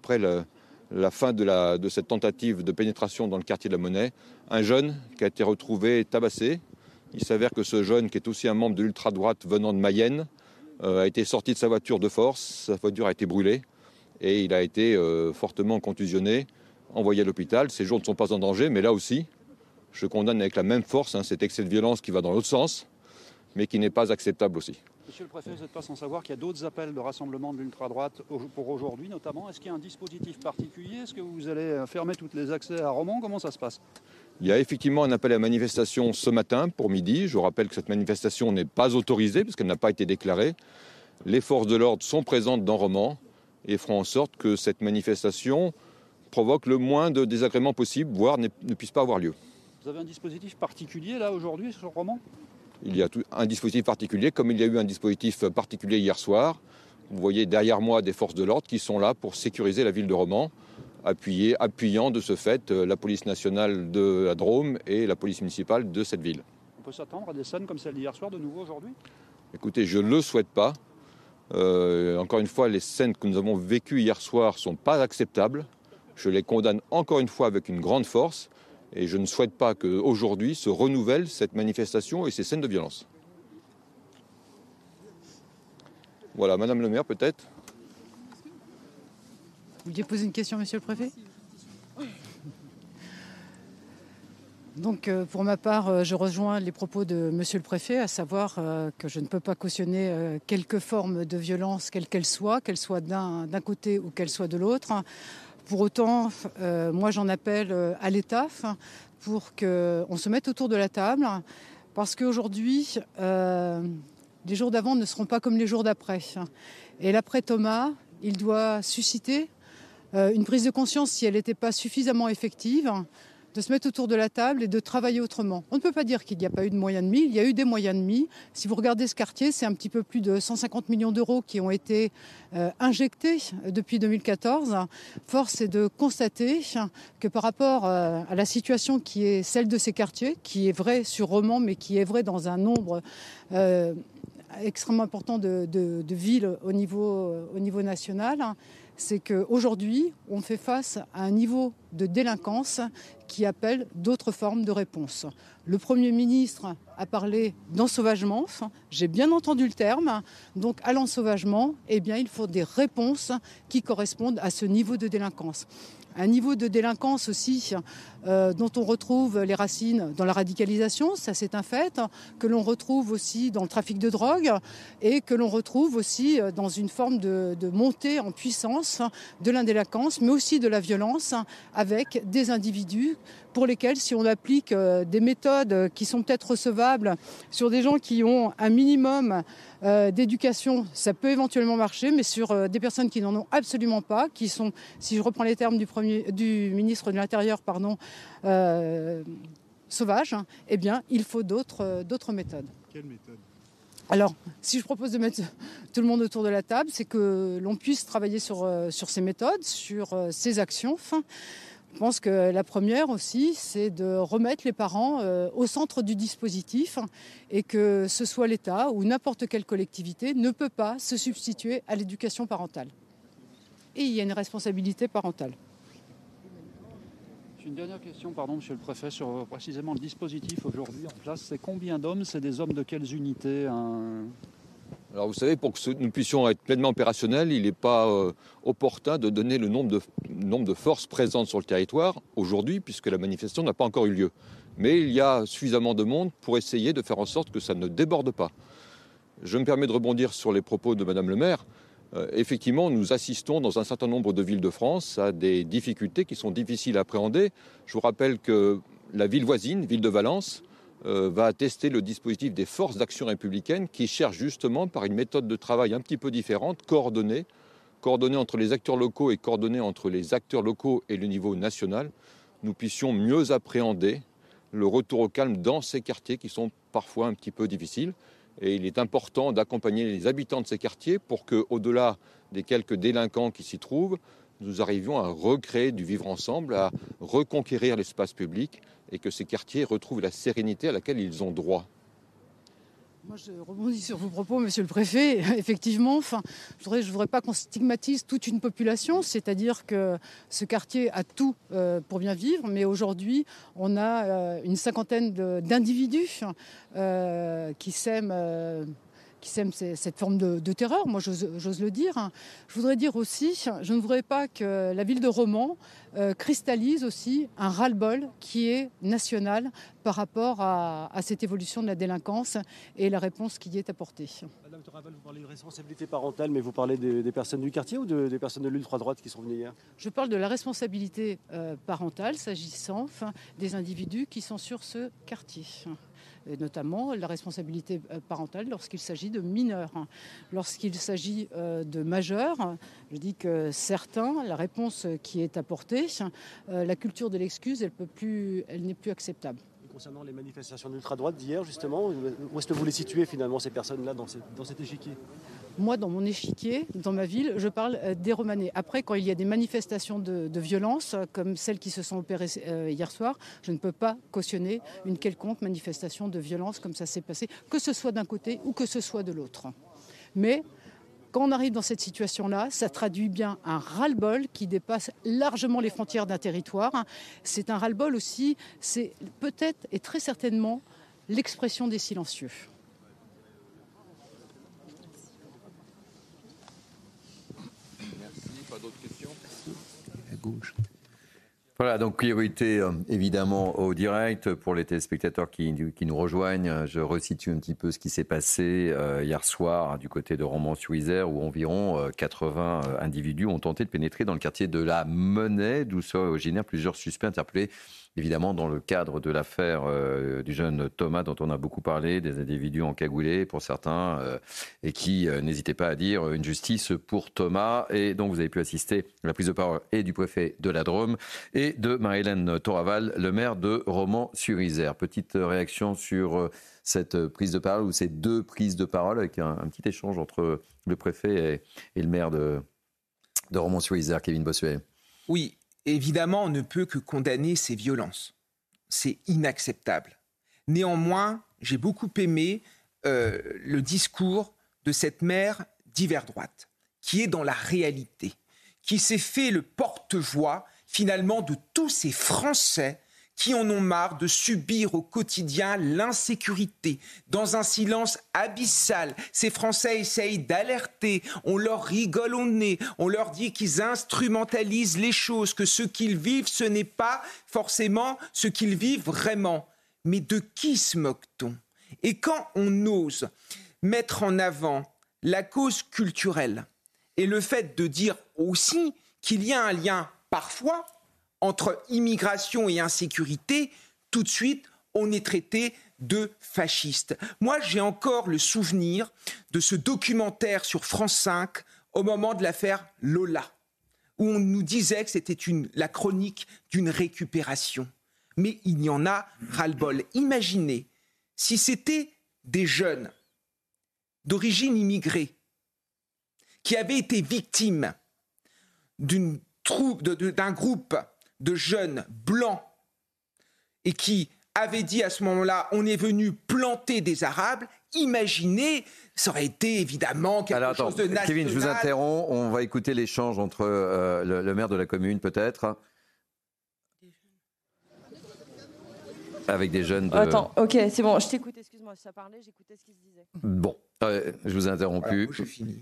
la fin de cette tentative de pénétration dans le quartier de la Monnaie, un jeune qui a été retrouvé tabassé. Il s'avère que ce jeune, qui est aussi un membre de l'ultra-droite venant de Mayenne, a été sorti de sa voiture de force, sa voiture a été brûlée et il a été fortement contusionné, envoyé à l'hôpital. Ses jours ne sont pas en danger, mais là aussi, je condamne avec la même force cet excès de violence qui va dans l'autre sens, mais qui n'est pas acceptable aussi. Monsieur le préfet, vous n'êtes pas sans savoir qu'il y a d'autres appels de rassemblement de l'ultra-droite pour aujourd'hui notamment. Est-ce qu'il y a un dispositif particulier? Est-ce que vous allez fermer tous les accès à Romans? Comment ça se passe? Il y a effectivement un appel à manifestation ce matin pour midi. Je rappelle que cette manifestation n'est pas autorisée puisqu'elle n'a pas été déclarée. Les forces de l'ordre sont présentes dans Romans et feront en sorte que cette manifestation provoque le moins de désagréments possible, voire ne puisse pas avoir lieu. Vous avez un dispositif particulier là aujourd'hui sur Romans? Il y a un dispositif particulier, comme il y a eu un dispositif particulier hier soir. Vous voyez derrière moi des forces de l'ordre qui sont là pour sécuriser la ville de Romans, appuyant de ce fait la police nationale de la Drôme et la police municipale de cette ville. On peut s'attendre à des scènes comme celle d'hier soir de nouveau aujourd'hui? Écoutez, je ne le souhaite pas. Encore une fois, les scènes que nous avons vécues hier soir ne sont pas acceptables. Je les condamne encore une fois avec une grande force. Et je ne souhaite pas qu'aujourd'hui se renouvelle cette manifestation et ces scènes de violence. Voilà, Madame le maire, peut-être. Vous vouliez poser une question, Monsieur le préfet? Donc, pour ma part, je rejoins les propos de Monsieur le préfet, à savoir que je ne peux pas cautionner quelque forme de violence, quelle qu'elle soit d'un côté ou qu'elle soit de l'autre. Pour autant, moi j'en appelle à l'État pour qu'on se mette autour de la table, parce qu'aujourd'hui, les jours d'avant ne seront pas comme les jours d'après. Et l'après Thomas, il doit susciter une prise de conscience, si elle n'était pas suffisamment effective, de se mettre autour de la table et de travailler autrement. On ne peut pas dire qu'il n'y a pas eu de moyens de mis, il y a eu des moyens de mis. Si vous regardez ce quartier, c'est un petit peu plus de 150 millions d'euros qui ont été injectés depuis 2014. Force est de constater que par rapport à la situation qui est celle de ces quartiers, qui est vraie sur Romans, mais qui est vraie dans un nombre extrêmement important de villes au niveau national, c'est qu'aujourd'hui, on fait face à un niveau de délinquance qui appelle d'autres formes de réponse. Le Premier ministre a parlé d'ensauvagement, j'ai bien entendu le terme, donc à l'ensauvagement, il faut des réponses qui correspondent à ce niveau de délinquance. Un niveau de délinquance aussi dont on retrouve les racines dans la radicalisation, ça c'est un fait, que l'on retrouve aussi dans le trafic de drogue et que l'on retrouve aussi dans une forme de montée en puissance de l'indélinquance, mais aussi de la violence avec des individus pour lesquels, si on applique des méthodes qui sont peut-être recevables sur des gens qui ont un minimum d'éducation, ça peut éventuellement marcher, mais sur des personnes qui n'en ont absolument pas, qui sont, si je reprends les termes du ministre de l'Intérieur, sauvages, il faut d'autres méthodes. Quelle méthode? Alors, si je propose de mettre tout le monde autour de la table, c'est que l'on puisse travailler sur ces méthodes, sur ces actions. Je pense que la première aussi, c'est de remettre les parents au centre du dispositif et que ce soit l'État ou n'importe quelle collectivité ne peut pas se substituer à l'éducation parentale. Et il y a une responsabilité parentale. Une dernière question, Monsieur le Préfet, sur précisément le dispositif aujourd'hui en place. C'est combien d'hommes? C'est des hommes de quelles unités? Alors vous savez, pour que nous puissions être pleinement opérationnels, il n'est pas opportun de donner le nombre de forces présentes sur le territoire aujourd'hui, puisque la manifestation n'a pas encore eu lieu. Mais il y a suffisamment de monde pour essayer de faire en sorte que ça ne déborde pas. Je me permets de rebondir sur les propos de Madame le maire. Effectivement, nous assistons dans un certain nombre de villes de France à des difficultés qui sont difficiles à appréhender. Je vous rappelle que la ville voisine, ville de Valence, va tester le dispositif des forces d'action républicaine qui cherchent justement par une méthode de travail un petit peu différente, coordonnée entre les acteurs locaux et coordonnée entre les acteurs locaux et le niveau national, nous puissions mieux appréhender le retour au calme dans ces quartiers qui sont parfois un petit peu difficiles. Et il est important d'accompagner les habitants de ces quartiers pour qu'au-delà des quelques délinquants qui s'y trouvent, nous arrivions à recréer du vivre ensemble, à reconquérir l'espace public et que ces quartiers retrouvent la sérénité à laquelle ils ont droit. Moi, je rebondis sur vos propos, Monsieur le Préfet. Effectivement, je ne voudrais pas qu'on stigmatise toute une population, c'est-à-dire que ce quartier a tout pour bien vivre, mais aujourd'hui, on a une cinquantaine d'individus qui sèment cette forme de terreur, moi j'ose le dire. Je voudrais dire aussi, je ne voudrais pas que la ville de Romans cristallise aussi un ras-le-bol qui est national par rapport à cette évolution de la délinquance et la réponse qui y est apportée. Madame Toraval, vous parlez de responsabilité parentale, mais vous parlez des personnes du quartier ou des personnes de l'ultra-droite qui sont venues hier? Je parle de la responsabilité parentale s'agissant des individus qui sont sur ce quartier. Et notamment la responsabilité parentale lorsqu'il s'agit de mineurs. Lorsqu'il s'agit de majeurs, je dis que certains, la réponse qui est apportée, la culture de l'excuse, elle n'est plus acceptable. Concernant les manifestations d'ultra-droite d'hier, justement, où est-ce que vous les situez finalement, ces personnes-là, dans cet échiquier? Moi, dans mon échiquier, dans ma ville, je parle des Romanais. Après, quand il y a des manifestations de violence, comme celles qui se sont opérées hier soir, je ne peux pas cautionner une quelconque manifestation de violence comme ça s'est passé, que ce soit d'un côté ou que ce soit de l'autre. Mais quand on arrive dans cette situation-là, ça traduit bien un ras-le-bol qui dépasse largement les frontières d'un territoire. C'est un ras-le-bol aussi, c'est peut-être et très certainement l'expression des silencieux. Pas d'autres questions? À gauche. Voilà, donc priorité évidemment au direct. Pour les téléspectateurs qui nous rejoignent, je resitue un petit peu ce qui s'est passé hier soir du côté de Romans-sur-Isère, où environ 80 individus ont tenté de pénétrer dans le quartier de la Monnaie, d'où seraient originaires plusieurs suspects interpellés. Évidemment, dans le cadre de l'affaire du jeune Thomas, dont on a beaucoup parlé, des individus encagoulés pour certains, et qui n'hésitaient pas à dire une justice pour Thomas. Et donc, vous avez pu assister à la prise de parole et du préfet de la Drôme et de Marie-Hélène Toraval, le maire de Romans-sur-Isère. Petite réaction sur cette prise de parole, ou ces deux prises de parole, avec un petit échange entre le préfet et le maire de Romans-sur-Isère, Kevin Bossuet. Oui. Évidemment, on ne peut que condamner ces violences. C'est inacceptable. Néanmoins, j'ai beaucoup aimé le discours de cette maire d'hiver droite, qui est dans la réalité, qui s'est fait le porte-voix, finalement, de tous ces Français qui en ont marre de subir au quotidien l'insécurité, dans un silence abyssal. Ces Français essayent d'alerter, on leur rigole au nez, on leur dit qu'ils instrumentalisent les choses, que ce qu'ils vivent, ce n'est pas forcément ce qu'ils vivent vraiment. Mais de qui se moque-t-on? Et quand on ose mettre en avant la cause culturelle et le fait de dire aussi qu'il y a un lien parfois entre immigration et insécurité, tout de suite, on est traité de fasciste. Moi, j'ai encore le souvenir de ce documentaire sur France 5 au moment de l'affaire Lola, où on nous disait que c'était la chronique d'une récupération. Mais il y en a ras-le-bol. Imaginez si c'était des jeunes d'origine immigrée qui avaient été victimes d'un groupe de jeunes blancs et qui avaient dit à ce moment-là, on est venu planter des Arabes. Imaginez, ça aurait été évidemment quelque chose de national. Kevin, je vous interromps, on va écouter l'échange entre le maire de la commune peut-être. Avec des jeunes de... Attends, ok, c'est bon, je t'écoute, excuse-moi, ça parlait, j'écoutais ce qu'il se disait. Bon, je vous ai interrompu. Voilà, j'ai fini.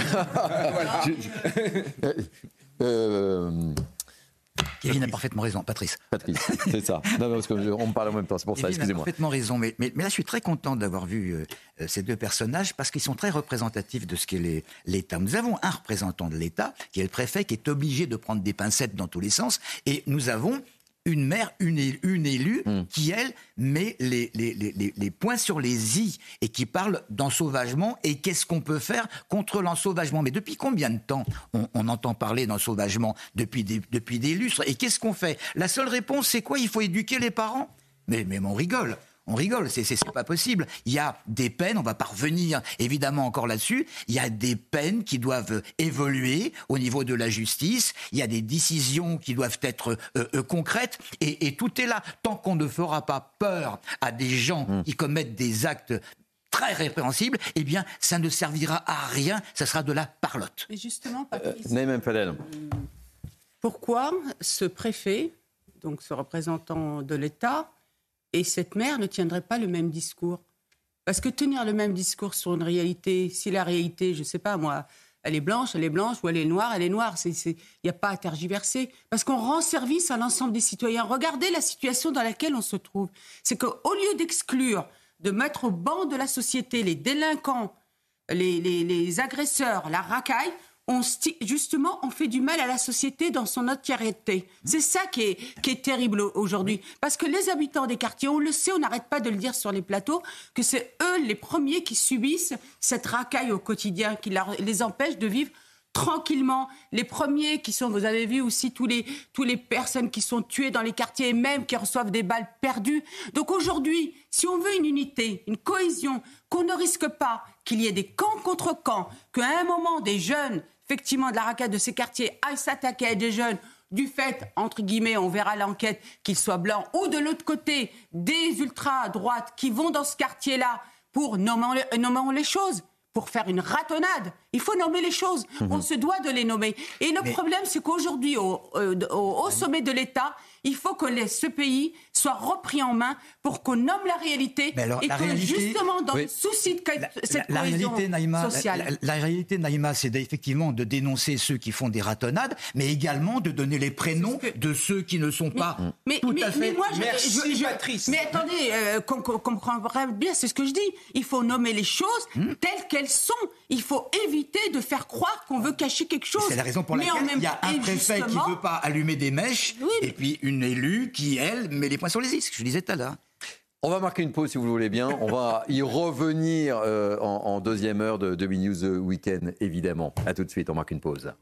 Kevin a parfaitement raison, Patrice, c'est ça. Non, parce qu'on me parle en même temps, c'est pour ça, Kevin excusez-moi. a parfaitement raison, mais là je suis très content d'avoir vu ces deux personnages parce qu'ils sont très représentatifs de ce qu'est l'État. Nous avons un représentant de l'État, qui est le préfet, qui est obligé de prendre des pincettes dans tous les sens, et nous avons une maire, une élue, qui, elle, met les points sur les i et qui parle d'ensauvagement et qu'est-ce qu'on peut faire contre l'ensauvagement. Mais depuis combien de temps on entend parler d'ensauvagement depuis des lustres? Et qu'est-ce qu'on fait? La seule réponse, c'est quoi? Il faut éduquer les parents. Mais on rigole. On rigole, c'est pas possible. Il y a des peines, on va pas revenir évidemment encore là-dessus, il y a des peines qui doivent évoluer au niveau de la justice, il y a des décisions qui doivent être concrètes, et tout est là. Tant qu'on ne fera pas peur à des gens qui commettent des actes très répréhensibles, eh bien, ça ne servira à rien, ça sera de la parlotte. Et justement, Patrice, Naïm Fadel. pourquoi ce préfet, donc ce représentant de l'État, et cette mère ne tiendrait pas le même discours? Parce que tenir le même discours sur une réalité, si la réalité, je ne sais pas moi, elle est blanche, ou elle est noire, il n'y a pas à tergiverser. Parce qu'on rend service à l'ensemble des citoyens. Regardez la situation dans laquelle on se trouve. C'est qu'au lieu d'exclure, de mettre au banc de la société les délinquants, les agresseurs, la racaille, justement, on fait du mal à la société dans son entièreté. C'est ça qui est terrible aujourd'hui. Parce que les habitants des quartiers, on le sait, on n'arrête pas de le dire sur les plateaux, que c'est eux les premiers qui subissent cette racaille au quotidien, qui les empêche de vivre tranquillement. Les premiers qui sont, vous avez vu aussi tous les personnes qui sont tuées dans les quartiers et même qui reçoivent des balles perdues. Donc aujourd'hui, si on veut une unité, une cohésion, qu'on ne risque pas qu'il y ait des camps contre camps, qu'à un moment des jeunes, effectivement de la racaille de ces quartiers, aillent s'attaquer à des jeunes du fait, entre guillemets, on verra l'enquête, qu'ils soient blancs, ou de l'autre côté, des ultra-droites qui vont dans ce quartier-là pour nommer les choses. Pour faire une ratonnade, il faut nommer les choses. On se doit de les nommer. Et le problème, c'est qu'aujourd'hui, au sommet de l'État, il faut que ce pays soit repris en main pour qu'on nomme la réalité et que justement, dans le souci de cette cohésion sociale. La réalité, Naïma, c'est effectivement de dénoncer ceux qui font des ratonnades, mais également de donner les prénoms de ceux qui ne sont pas tout à fait... Mais moi, Merci, Patrice. Mais attendez, qu'on comprend bien, c'est ce que je dis. Il faut nommer les choses telles qu'elles sont. Il faut éviter de faire croire qu'on veut cacher quelque chose. C'est la raison pour laquelle il y a un préfet qui ne veut pas allumer des mèches, et puis une élue qui, elle, met les points sur les i, ce que je disais tout à l'heure. On va marquer une pause si vous le voulez bien. On va y revenir en deuxième heure de Midi News Weekend, évidemment. A tout de suite, on marque une pause.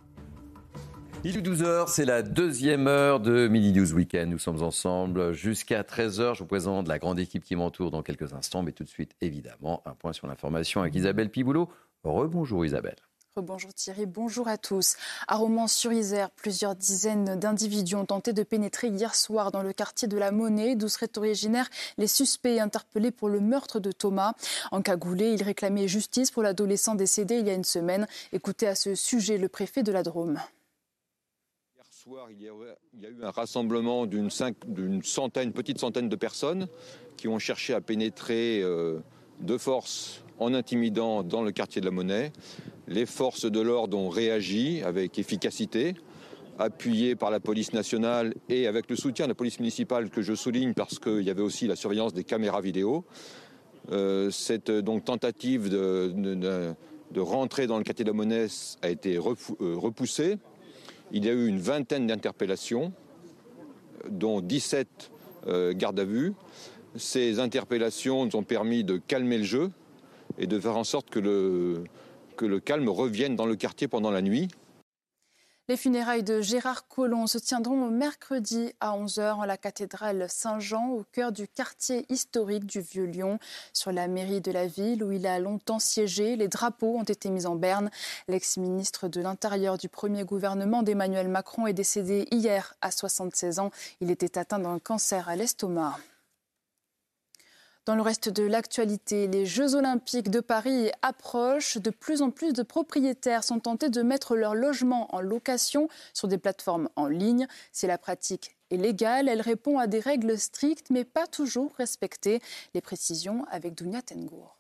Il est 12h, c'est la deuxième heure de Midi News Weekend. Nous sommes ensemble jusqu'à 13h. Je vous présente la grande équipe qui m'entoure dans quelques instants. Mais tout de suite, évidemment, un point sur l'information avec Isabelle Piboulot. Rebonjour Isabelle. Bonjour Thierry, bonjour à tous. À Romans-sur-Isère, plusieurs dizaines d'individus ont tenté de pénétrer hier soir dans le quartier de la Monnaie, d'où seraient originaires les suspects interpellés pour le meurtre de Thomas. Encagoulés, ils réclamaient justice pour l'adolescent décédé il y a une semaine. Écoutez à ce sujet le préfet de la Drôme. Hier soir, il y a eu un rassemblement d'une petite centaine de personnes qui ont cherché à pénétrer de force en intimidant dans le quartier de la Monnaie. Les forces de l'ordre ont réagi avec efficacité, appuyées par la police nationale et avec le soutien de la police municipale que je souligne parce qu'il y avait aussi la surveillance des caméras vidéo. Cette donc, tentative de rentrer dans le quartier de la Monnaie a été repoussée. Il y a eu une vingtaine d'interpellations, dont 17 gardes à vue. Ces interpellations nous ont permis de calmer le jeu et de faire en sorte que le calme revienne dans le quartier pendant la nuit. Les funérailles de Gérard Collomb se tiendront mercredi à 11h en la cathédrale Saint-Jean, au cœur du quartier historique du Vieux-Lyon. Sur la mairie de la ville où il a longtemps siégé, les drapeaux ont été mis en berne. L'ex-ministre de l'Intérieur du premier gouvernement d'Emmanuel Macron est décédé hier à 76 ans. Il était atteint d'un cancer à l'estomac. Dans le reste de l'actualité, les Jeux Olympiques de Paris approchent. De plus en plus de propriétaires sont tentés de mettre leur logement en location sur des plateformes en ligne. Si la pratique est légale. Elle répond à des règles strictes, mais pas toujours respectées. Les précisions avec Dounia Tengour.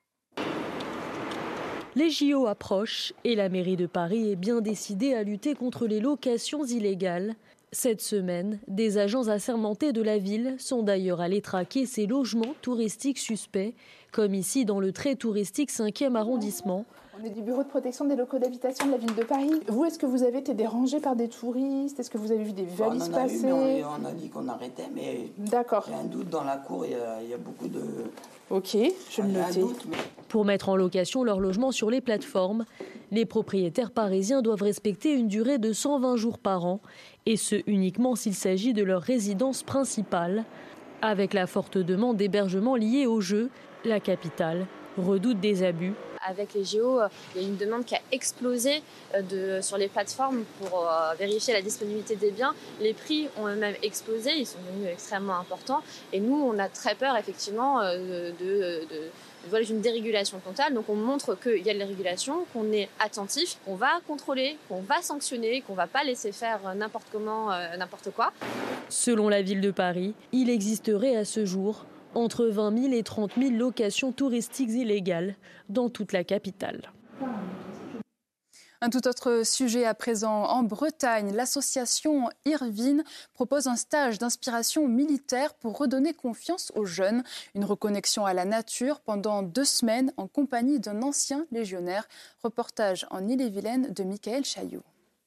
Les JO approchent et la mairie de Paris est bien décidée à lutter contre les locations illégales. Cette semaine, des agents assermentés de la ville sont d'ailleurs allés traquer ces logements touristiques suspects, comme ici dans le très touristique 5e arrondissement. On est du bureau de protection des locaux d'habitation de la ville de Paris. Vous, est-ce que vous avez été dérangé par des touristes? Est-ce que vous avez vu des valises passer? On a dit qu'on arrêtait, mais d'accord. Il y a un doute dans la cour, il y a beaucoup de... Ok, je le noter. Pour mettre en location leur logement sur les plateformes, les propriétaires parisiens doivent respecter une durée de 120 jours par an, et ce uniquement s'il s'agit de leur résidence principale. Avec la forte demande d'hébergement liée aux Jeux, la capitale redoute des abus. Avec les JO, il y a une demande qui a explosé sur les plateformes pour vérifier la disponibilité des biens. Les prix ont eux-mêmes explosé, ils sont devenus extrêmement importants. Et nous, on a très peur effectivement d'une dérégulation totale. Donc on montre qu'il y a de la régulation, qu'on est attentif, qu'on va contrôler, qu'on va sanctionner, qu'on ne va pas laisser faire n'importe comment, n'importe quoi. Selon la ville de Paris, il existerait à ce jour entre 20 000 et 30 000 locations touristiques illégales dans toute la capitale. Un tout autre sujet à présent. En Bretagne, l'association Irvine propose un stage d'inspiration militaire pour redonner confiance aux jeunes. Une reconnexion à la nature pendant 2 semaines en compagnie d'un ancien légionnaire. Reportage en Ille-et-Vilaine de Michael Chailloux.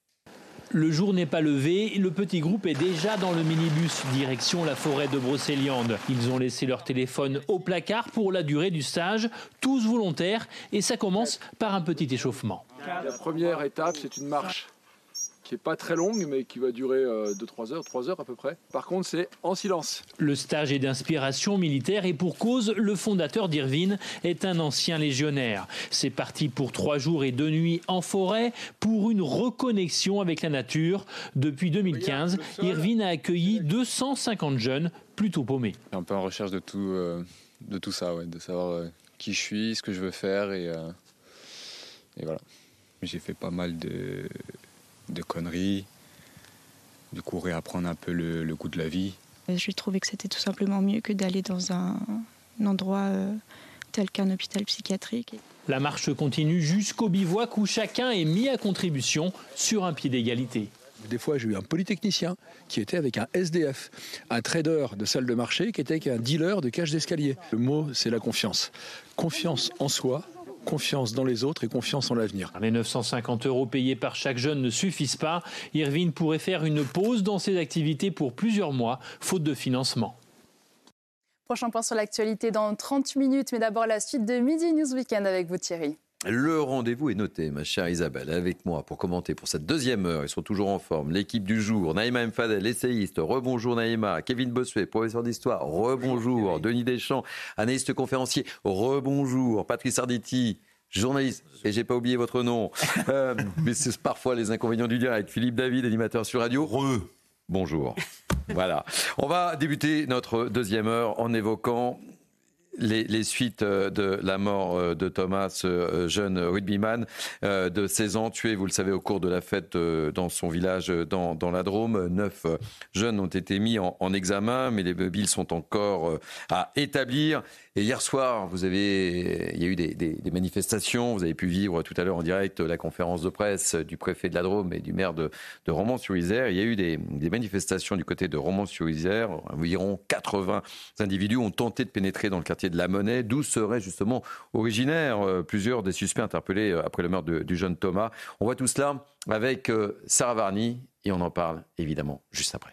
Le jour n'est pas levé, le petit groupe est déjà dans le minibus, direction la forêt de Brocéliande. Ils ont laissé leur téléphone au placard pour la durée du stage, tous volontaires, et ça commence par un petit échauffement. La première étape, c'est une marche qui n'est pas très longue, mais qui va durer 2-3 heures, 3 heures à peu près. Par contre, c'est en silence. Le stage est d'inspiration militaire et pour cause, le fondateur d'Irvine est un ancien légionnaire. C'est parti pour 3 jours et 2 nuits en forêt pour une reconnexion avec la nature. Depuis 2015, Irvine a accueilli 250 jeunes plutôt paumés. Un peu en recherche de tout ça, ouais, de savoir qui je suis, ce que je veux faire et voilà. J'ai fait pas mal de conneries, du coup réapprendre un peu le goût de la vie. Je trouvais que c'était tout simplement mieux que d'aller dans un endroit tel qu'un hôpital psychiatrique. La marche continue jusqu'au bivouac où chacun est mis à contribution sur un pied d'égalité. Des fois, j'ai eu un polytechnicien qui était avec un SDF, un trader de salle de marché qui était avec un dealer de cage d'escalier. Le mot, c'est la confiance. Confiance en soi, confiance dans les autres et confiance en l'avenir. Les 950 € payés par chaque jeune ne suffisent pas. Irvine pourrait faire une pause dans ses activités pour plusieurs mois, faute de financement. Prochain point sur l'actualité dans 30 minutes, mais d'abord la suite de Midi News Weekend avec vous Thierry. Le rendez-vous est noté, ma chère Isabelle, avec moi pour commenter pour cette 2e heure. Ils sont toujours en forme. L'équipe du jour, Naïma Mfadel, essayiste, rebonjour Naïma. Kevin Bossuet, professeur d'histoire, rebonjour. Denis Deschamps, analyste conférencier, rebonjour. Patrice Arditi, journaliste, et j'ai pas oublié votre nom. Mais c'est parfois les inconvénients du direct. Philippe David, animateur sur radio. Bonjour. Voilà. On va débuter notre 2e heure en évoquant les suites de la mort de Thomas, ce jeune rugbyman de 16 ans, tué, vous le savez, au cours de la fête dans son village dans la Drôme. 9 jeunes ont été mis en examen, mais les billes sont encore à établir. Et hier soir, il y a eu des manifestations. Vous avez pu vivre tout à l'heure en direct la conférence de presse du préfet de la Drôme et du maire de Romans-sur-Isère. Il y a eu des manifestations du côté de Romans-sur-Isère. Environ 80 individus ont tenté de pénétrer dans le quartier de la Monnaie, d'où seraient justement originaires plusieurs des suspects interpellés après le meurtre du jeune Thomas. On voit tout cela avec Sarah Varny et on en parle évidemment juste après.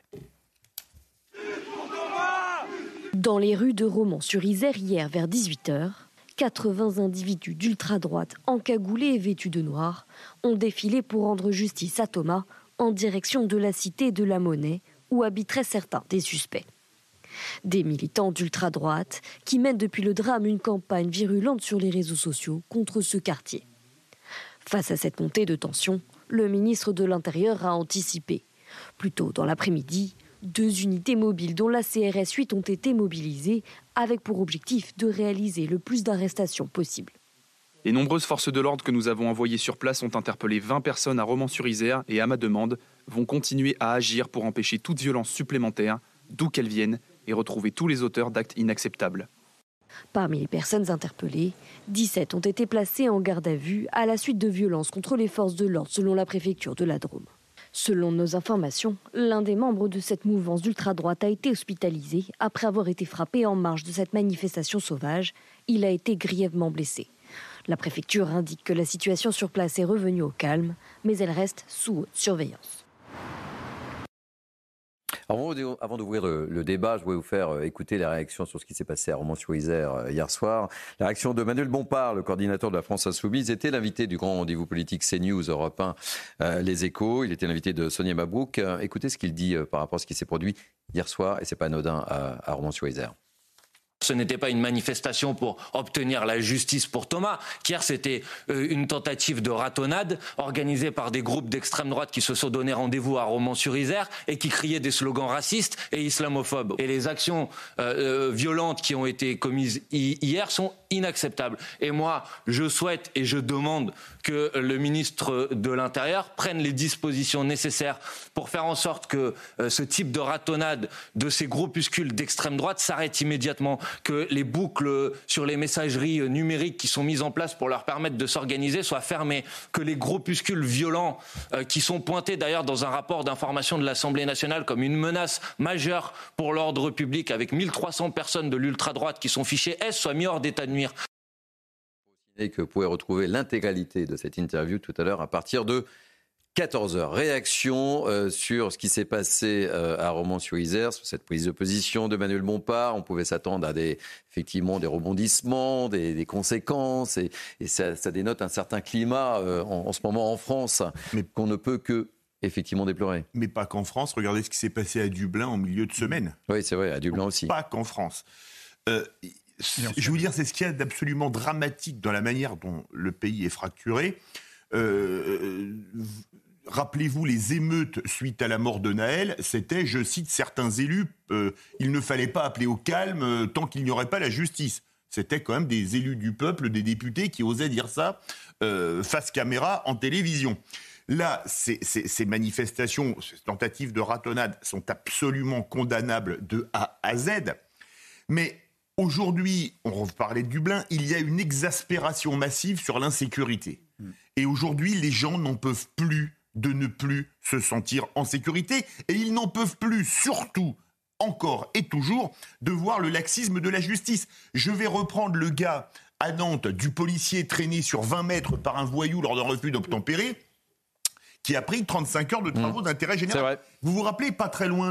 Dans les rues de Romans-sur-Isère hier vers 18h, 80 individus d'ultra-droite encagoulés et vêtus de noir ont défilé pour rendre justice à Thomas en direction de la cité de la Monnaie où habiteraient certains des suspects. Des militants d'ultra-droite qui mènent depuis le drame une campagne virulente sur les réseaux sociaux contre ce quartier. Face à cette montée de tension, le ministre de l'Intérieur a anticipé. Plus tôt dans l'après-midi, 2 unités mobiles dont la CRS 8 ont été mobilisées avec pour objectif de réaliser le plus d'arrestations possible. Les nombreuses forces de l'ordre que nous avons envoyées sur place ont interpellé 20 personnes à Romans-sur-Isère et à ma demande, vont continuer à agir pour empêcher toute violence supplémentaire, d'où qu'elle vienne, et retrouver tous les auteurs d'actes inacceptables. Parmi les personnes interpellées, 17 ont été placées en garde à vue à la suite de violences contre les forces de l'ordre selon la préfecture de la Drôme. Selon nos informations, l'un des membres de cette mouvance d'ultra-droite a été hospitalisé après avoir été frappé en marge de cette manifestation sauvage. Il a été grièvement blessé. La préfecture indique que la situation sur place est revenue au calme, mais elle reste sous haute surveillance. Avant d'ouvrir le débat, je voulais vous faire écouter les réactions sur ce qui s'est passé à Romans-sur-Isère hier soir. La réaction de Manuel Bompard, le coordinateur de la France Insoumise, était l'invité du grand rendez-vous politique CNews Europe 1, Les Échos. Il était l'invité de Sonia Mabrouk. Écoutez ce qu'il dit par rapport à ce qui s'est produit hier soir, et c'est pas anodin à Romans-sur-Isère. Ce n'était pas une manifestation pour obtenir la justice pour Thomas. Hier, c'était une tentative de ratonnade organisée par des groupes d'extrême droite qui se sont donné rendez-vous à Romans-sur-Isère et qui criaient des slogans racistes et islamophobes. Et les actions violentes qui ont été commises hier sont inacceptables. Et moi, je souhaite et je demande que le ministre de l'Intérieur prenne les dispositions nécessaires pour faire en sorte que ce type de ratonnade de ces groupuscules d'extrême droite s'arrête immédiatement, que les boucles sur les messageries numériques qui sont mises en place pour leur permettre de s'organiser soient fermées, que les groupuscules violents qui sont pointés d'ailleurs dans un rapport d'information de l'Assemblée nationale comme une menace majeure pour l'ordre public avec 1300 personnes de l'ultra-droite qui sont fichées S soient mis hors d'état de nuire. Et que vous pouvez retrouver l'intégralité de cette interview tout à l'heure à partir de 14h. Réaction sur ce qui s'est passé à Romans-sur-Isère, sur cette prise de position de Manuel Bompard. On pouvait s'attendre à effectivement des rebondissements, des conséquences, et ça dénote un certain climat en ce moment en France, mais qu'on ne peut que effectivement déplorer. Mais pas qu'en France. Regardez ce qui s'est passé à Dublin en milieu de semaine. Oui, c'est vrai, à Dublin aussi. Pas qu'en France. Je veux dire, c'est ce qu'il y a d'absolument dramatique dans la manière dont le pays est fracturé. Rappelez-vous les émeutes suite à la mort de Naël, c'était, je cite certains élus, il ne fallait pas appeler au calme tant qu'il n'y aurait pas la justice. C'était quand même des élus du peuple, des députés qui osaient dire ça face caméra en télévision. Là, ces manifestations, ces tentatives de ratonnade sont absolument condamnables de A à Z. Mais aujourd'hui, on parlait de Dublin, il y a une exaspération massive sur l'insécurité. Et aujourd'hui, les gens n'en peuvent plus de ne plus se sentir en sécurité. Et ils n'en peuvent plus, surtout, encore et toujours, de voir le laxisme de la justice. Je vais reprendre le gars à Nantes, du policier traîné sur 20 mètres par un voyou lors d'un refus d'obtempérer, qui a pris 35 heures de travaux d'intérêt général. Vous vous rappelez, pas très loin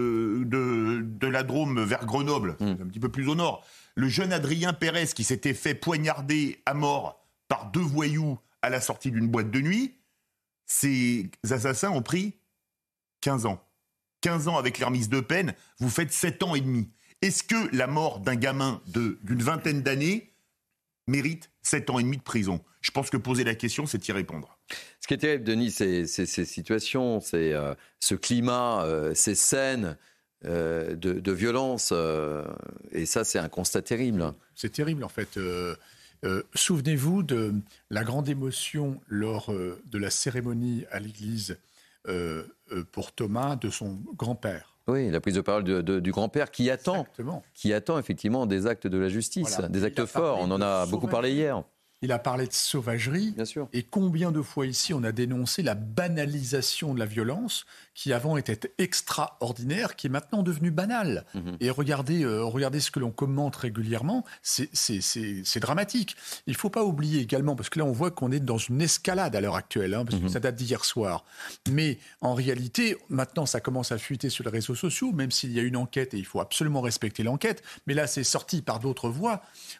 de la Drôme vers Grenoble, un petit peu plus au nord, le jeune Adrien Pérez qui s'était fait poignarder à mort par 2 voyous à la sortie d'une boîte de nuit, ces assassins ont pris 15 ans. 15 ans avec les remises de peine, vous faites 7 ans et demi. Est-ce que la mort d'un gamin d'une vingtaine d'années mérite 7 ans et demi de prison ? Je pense que poser la question, c'est y répondre. Ce qui est terrible, Denis, c'est ces situations, c'est ce climat, ces scènes de violence. Et ça, c'est un constat terrible. C'est terrible, en fait. Souvenez-vous de la grande émotion lors de la cérémonie à l'église pour Thomas de son grand-père. Oui, la prise de parole du grand-père qui attend effectivement des actes de la justice, voilà, des actes forts. On en a beaucoup parlé hier. Il a parlé de sauvagerie. Bien sûr. Et combien de fois ici on a dénoncé la banalisation de la violence qui avant était extraordinaire, qui est maintenant devenue banale. Et regardez ce que l'on commente régulièrement, c'est dramatique. Il ne faut pas oublier également, parce que là on voit qu'on est dans une escalade à l'heure actuelle, parce que ça date d'hier soir. Mais en réalité, maintenant ça commence à fuiter sur les réseaux sociaux, même s'il y a une enquête et il faut absolument respecter l'enquête. Mais là c'est sorti par d'autres voies.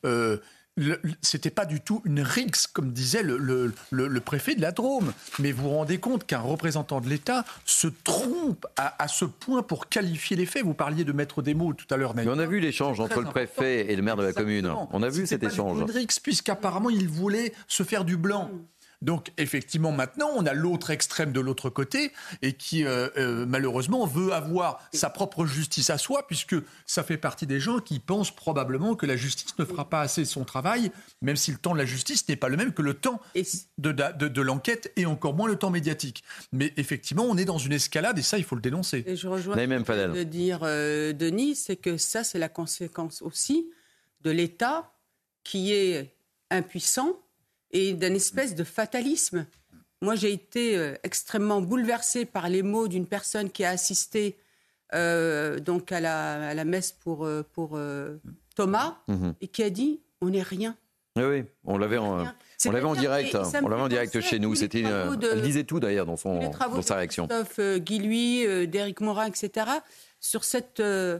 C'était pas du tout une rixe, comme disait le préfet de la Drôme. Mais vous vous rendez compte qu'un représentant de l'État se trompe à ce point pour qualifier les faits. Vous parliez de mettre des mots tout à l'heure. Mais on a vu l'échange entre le préfet et le maire de la commune. On a vu cet échange. Une rixe, puisqu'apparemment il voulait se faire du blanc. Donc effectivement, maintenant, on a l'autre extrême de l'autre côté et qui, malheureusement, veut avoir sa propre justice à soi, puisque ça fait partie des gens qui pensent probablement que la justice ne fera pas assez son travail, même si le temps de la justice n'est pas le même que le temps de l'enquête et encore moins le temps médiatique. Mais effectivement, on est dans une escalade et ça, il faut le dénoncer. Et je rejoins ce que vient de dire Denis, c'est que ça, c'est la conséquence aussi de l'État qui est impuissant et d'un espèce de fatalisme. Moi, j'ai été extrêmement bouleversée par les mots d'une personne qui a assisté donc à la messe pour Thomas et qui a dit « on n'est rien ». Oui, on l'avait en direct. On l'avait en direct chez nous. Elle disait tout d'ailleurs dans sa réaction. Christophe Guilluy, d'Éric Morin, etc. Sur cette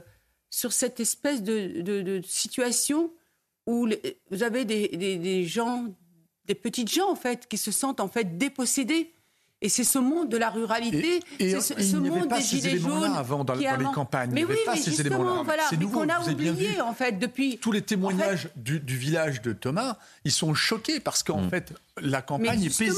espèce de situation où vous avez des gens, des petites gens en fait, qui se sentent en fait dépossédés. Et c'est ce monde de la ruralité, et c'est ce monde des gilets jaunes avant dans les campagnes. Mais oui, mais ces justement, voilà, c'est nouveau, qu'on a oublié en fait depuis. Tous les témoignages du village de Thomas, ils sont choqués parce qu'en fait la campagne est paisible.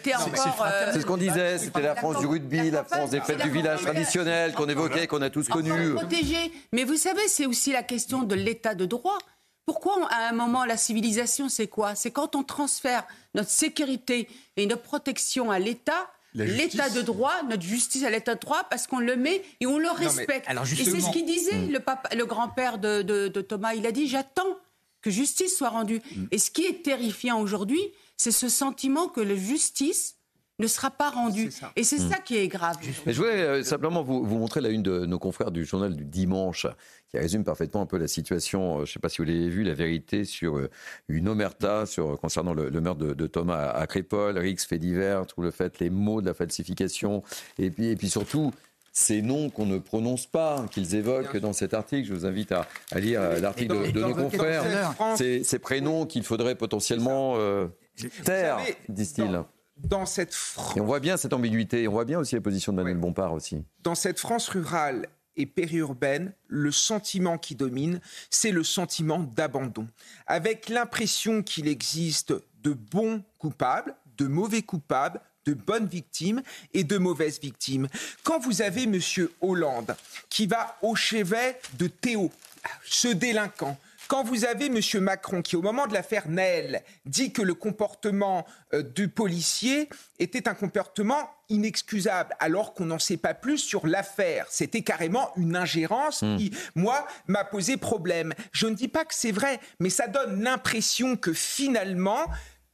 C'est ce qu'on disait, c'était la France du rugby, la France des fêtes du village traditionnel qu'on évoquait, qu'on a tous connu. Mais vous savez, c'est aussi la question de l'état de droit. Pourquoi, à un moment, la civilisation, c'est quoi ? C'est quand on transfère notre sécurité et notre protection à l'État, l'état de droit, notre justice à l'état de droit, parce qu'on le met et on le respecte. Et c'est ce qu'il disait, le grand-père de Thomas. Il a dit « j'attends que justice soit rendue ». Et ce qui est terrifiant aujourd'hui, c'est ce sentiment que la justice ne sera pas rendu. Et c'est ça qui est grave. Mais je voulais simplement vous montrer la une de nos confrères du journal du dimanche, qui résume parfaitement un peu la situation. Je ne sais pas si vous l'avez vu, la vérité sur une omerta concernant le meurtre de Thomas à Crépol, Rix, fait divers, tout le fait, les mots de la falsification, et puis surtout ces noms qu'on ne prononce pas, qu'ils évoquent dans cet article. Je vous invite à lire l'article de nos confrères. Ces prénoms qu'il faudrait potentiellement taire, disent-ils. Dans cette Et on voit bien cette ambiguïté, et on voit bien aussi la position de Manuel Bompard aussi. Dans cette France rurale et périurbaine, le sentiment qui domine, c'est le sentiment d'abandon, avec l'impression qu'il existe de bons coupables, de mauvais coupables, de bonnes victimes et de mauvaises victimes. Quand vous avez M. Hollande qui va au chevet de Théo, ce délinquant, quand vous avez M. Macron qui, au moment de l'affaire Naël, dit que le comportement du policier était un comportement inexcusable, alors qu'on n'en sait pas plus sur l'affaire. C'était carrément une ingérence qui, moi, m'a posé problème. Je ne dis pas que c'est vrai, mais ça donne l'impression que finalement,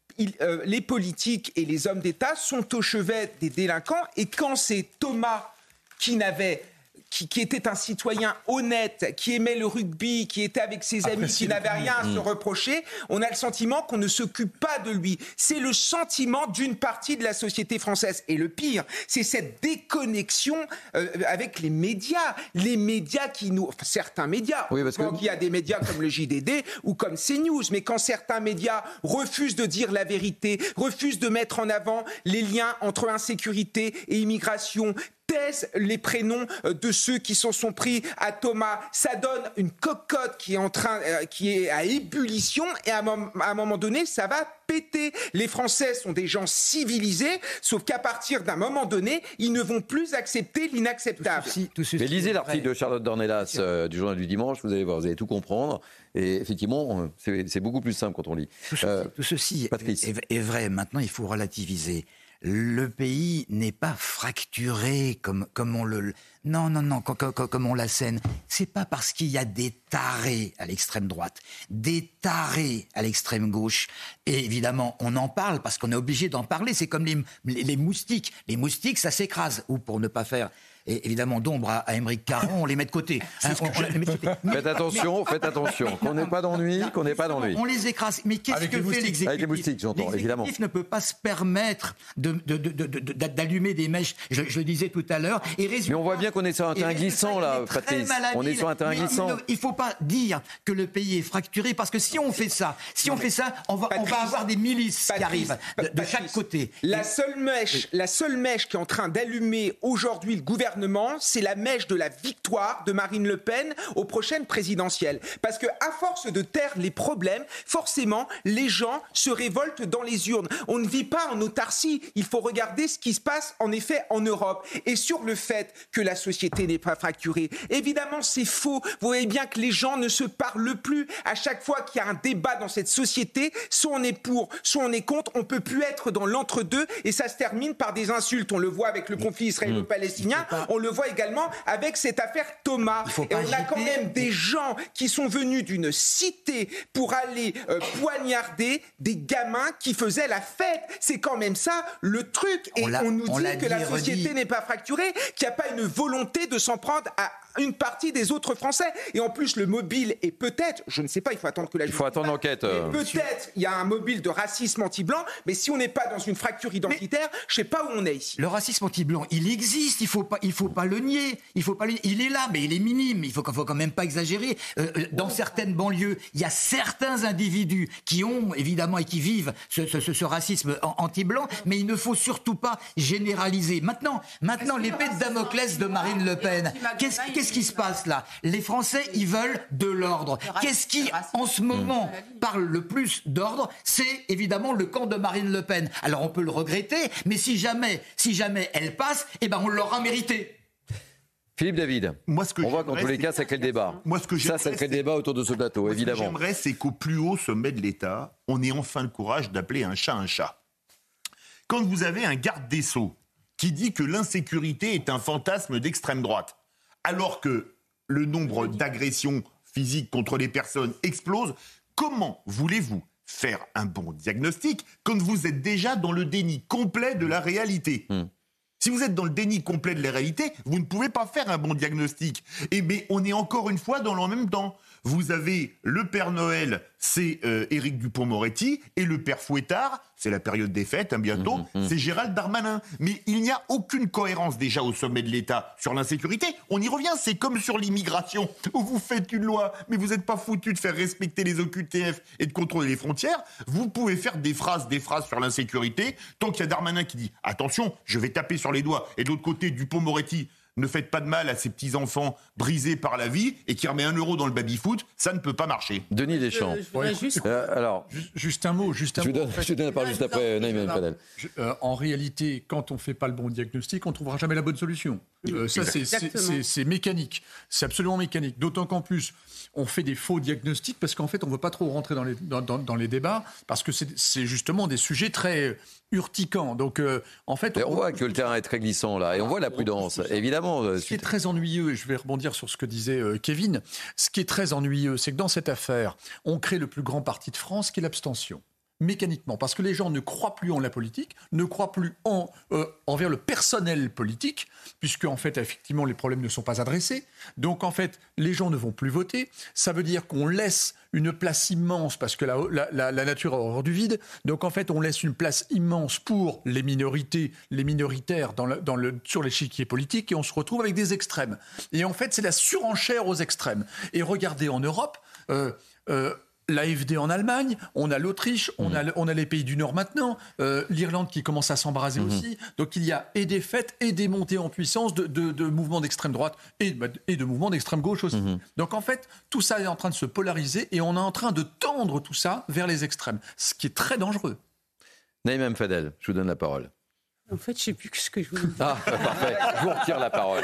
les politiques et les hommes d'État sont au chevet des délinquants. Et quand c'est Thomas qui était un citoyen honnête, qui aimait le rugby, qui était avec ses amis, qui n'avait rien à se reprocher, on a le sentiment qu'on ne s'occupe pas de lui. C'est le sentiment d'une partie de la société française. Et le pire, c'est cette déconnexion avec les médias. Les médias qui nous... Enfin, certains médias. Oui, parce quand il y a des médias comme le JDD ou comme CNews, mais quand certains médias refusent de dire la vérité, refusent de mettre en avant les liens entre insécurité et immigration, taisent les prénoms de ceux qui s'en sont pris à Thomas. Ça donne une cocotte qui est à ébullition et à un moment donné, ça va péter. Les Français sont des gens civilisés, sauf qu'à partir d'un moment donné, ils ne vont plus accepter l'inacceptable. Mais lisez l'article de Charlotte Dornelas du Journal du Dimanche, vous allez voir, vous allez tout comprendre. Et effectivement, c'est beaucoup plus simple quand on lit. Tout ceci est vrai. Maintenant, il faut relativiser. Le pays n'est pas fracturé comme on le... Non, comme on l'assène. C'est pas parce qu'il y a des tarés à l'extrême droite, des tarés à l'extrême gauche. Et évidemment, on en parle parce qu'on est obligé d'en parler. C'est comme les moustiques. Les moustiques, ça s'écrase. Ou pour ne pas faire... Et évidemment, d'ombre à Aymeric Caron, on les met de côté. Faites attention, qu'on n'ait pas d'ennui, On les écrase. Mais qu'est-ce que fait l'exécutif ? Avec les moustiques, j'entends, évidemment. L'exécutif ne peut pas se permettre d'allumer des mèches, je le disais tout à l'heure. Mais on voit bien qu'on est sur un terrain glissant, là, Patrice. On est sur un terrain glissant. Il ne faut pas dire que le pays est fracturé, parce que si on fait ça, on va avoir des milices qui arrivent de chaque côté. La seule mèche qui est en train d'allumer aujourd'hui le gouvernement gouvernement, c'est la mèche de la victoire de Marine Le Pen aux prochaines présidentielles. Parce que à force de taire les problèmes, forcément, les gens se révoltent dans les urnes. On ne vit pas en autarcie. Il faut regarder ce qui se passe, en effet, en Europe. Et sur le fait que la société n'est pas fracturée, évidemment, c'est faux. Vous voyez bien que les gens ne se parlent plus. À chaque fois qu'il y a un débat dans cette société, soit on est pour, soit on est contre. On ne peut plus être dans l'entre-deux. Et ça se termine par des insultes. On le voit avec le conflit israélo-palestinien. On le voit également avec cette affaire Thomas. Et on a quand même des gens qui sont venus d'une cité pour aller poignarder des gamins qui faisaient la fête. C'est quand même ça le truc. Et on nous dit que la société n'est pas fracturée, qu'il n'y a pas une volonté de s'en prendre à une partie des autres Français. Et en plus, le mobile est peut-être, je ne sais pas, il faut attendre que la justice... Il faut attendre l'enquête. Peut-être, il y a un mobile de racisme anti-blanc, mais si on n'est pas dans une fracture identitaire, je ne sais pas où on est ici. Le racisme anti-blanc, il existe, il faut pas le nier. Il est là, mais il est minime. Il faut quand même pas exagérer. Dans certaines banlieues, il y a certains individus qui ont, évidemment, et qui vivent ce racisme anti-blanc, mais il ne faut surtout pas généraliser. Maintenant, l'épée de Damoclès de Marine Le Pen, qu'est-ce qui se passe là? Les Français, ils veulent de l'ordre. Qu'est-ce qui, en ce moment, parle le plus d'ordre? C'est évidemment le camp de Marine Le Pen. Alors on peut le regretter, mais si jamais elle passe, eh ben on l'aura mérité. Philippe David, on voit qu'en tous les cas, ça crée le débat. Ça crée le débat autour de ce plateau, évidemment. Ce que j'aimerais, c'est qu'au plus haut sommet de l'État, on ait enfin le courage d'appeler un chat un chat. Quand vous avez un garde des Sceaux qui dit que l'insécurité est un fantasme d'extrême droite, alors que le nombre d'agressions physiques contre les personnes explose, comment voulez-vous faire un bon diagnostic quand vous êtes déjà dans le déni complet de la réalité ? Si vous êtes dans le déni complet de la réalité, vous ne pouvez pas faire un bon diagnostic. Mais on est encore une fois dans le même temps. Vous avez le Père Noël, c'est Éric Dupond-Moretti, et le Père Fouettard, c'est la période des fêtes, bientôt, c'est Gérald Darmanin. Mais il n'y a aucune cohérence déjà au sommet de l'État sur l'insécurité. On y revient, c'est comme sur l'immigration, où vous faites une loi, mais vous n'êtes pas foutu de faire respecter les OQTF et de contrôler les frontières. Vous pouvez faire des phrases sur l'insécurité, tant qu'il y a Darmanin qui dit « Attention, je vais taper sur les doigts », et de l'autre côté, Dupond-Moretti, ne faites pas de mal à ces petits-enfants brisés par la vie et qui remet 1 euro dans le baby-foot, ça ne peut pas marcher. Denis Deschamps. Juste un mot. Je vous donne la parole juste après Naïm Fadel. En réalité, quand on ne fait pas le bon diagnostic, on ne trouvera jamais la bonne solution. Ça, c'est mécanique. C'est absolument mécanique. D'autant qu'en plus, on fait des faux diagnostics parce qu'en fait, on ne veut pas trop rentrer dans les débats parce que c'est justement des sujets très urticants. Donc, en fait... on voit que le terrain est très glissant, là, et on voit la prudence, évidemment. Ce qui est très ennuyeux, et je vais rebondir sur ce que disait Kevin, ce qui est très ennuyeux, c'est que dans cette affaire, on crée le plus grand parti de France, qui est l'abstention. Mécaniquement, parce que les gens ne croient plus en la politique, ne croient plus envers le personnel politique, puisque en fait, effectivement, les problèmes ne sont pas adressés. Donc, en fait, les gens ne vont plus voter. Ça veut dire qu'on laisse une place immense, parce que la nature a horreur du vide. Donc, en fait, on laisse une place immense pour les minorités, les minoritaires sur l'échiquier politique, et on se retrouve avec des extrêmes. Et en fait, c'est la surenchère aux extrêmes. Et regardez en Europe... L'AfD en Allemagne, on a l'Autriche, on a les pays du Nord maintenant, l'Irlande qui commence à s'embraser aussi. Donc il y a et des fêtes et des montées en puissance de mouvements d'extrême droite et de mouvements d'extrême gauche aussi. Donc en fait, tout ça est en train de se polariser et on est en train de tendre tout ça vers les extrêmes, ce qui est très dangereux. Naïm Fadel, je vous donne la parole. En fait, je ne sais plus ce que je voulais dire. Ah, parfait, je vous retire la parole.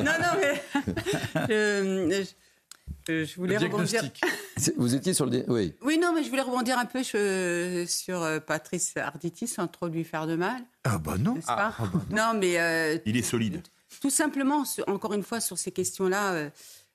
Non, mais... Je voulais rebondir. Vous étiez sur le... Oui. Oui, non, mais je voulais rebondir un peu sur Patrice Arditi sans trop lui faire de mal. Ah bah non. Non, mais... il est solide. Tout simplement, encore une fois, sur ces questions-là,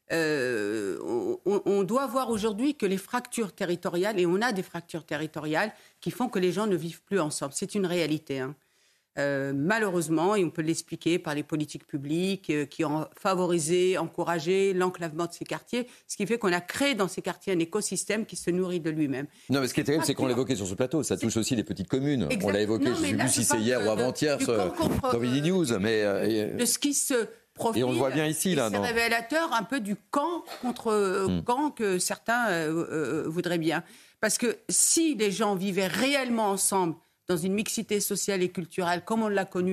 on doit voir aujourd'hui que les fractures territoriales, et on a des fractures territoriales, qui font que les gens ne vivent plus ensemble. C'est une réalité, hein. Malheureusement, et on peut l'expliquer par les politiques publiques qui ont favorisé, encouragé l'enclavement de ces quartiers, ce qui fait qu'on a créé dans ces quartiers un écosystème qui se nourrit de lui-même. Non, mais ce qui est terrible, c'est qu'on l'évoquait sur ce plateau, ça touche aussi les petites communes. Exactement. On l'a évoqué, je ne sais plus si c'est hier ou avant-hier dans Midi News. De ce qui se profile. Et on le voit bien ici. C'est révélateur un peu du camp contre camp que certains voudraient bien. Parce que si les gens vivaient réellement ensemble, dans une mixité sociale et culturelle, comme on l'a connu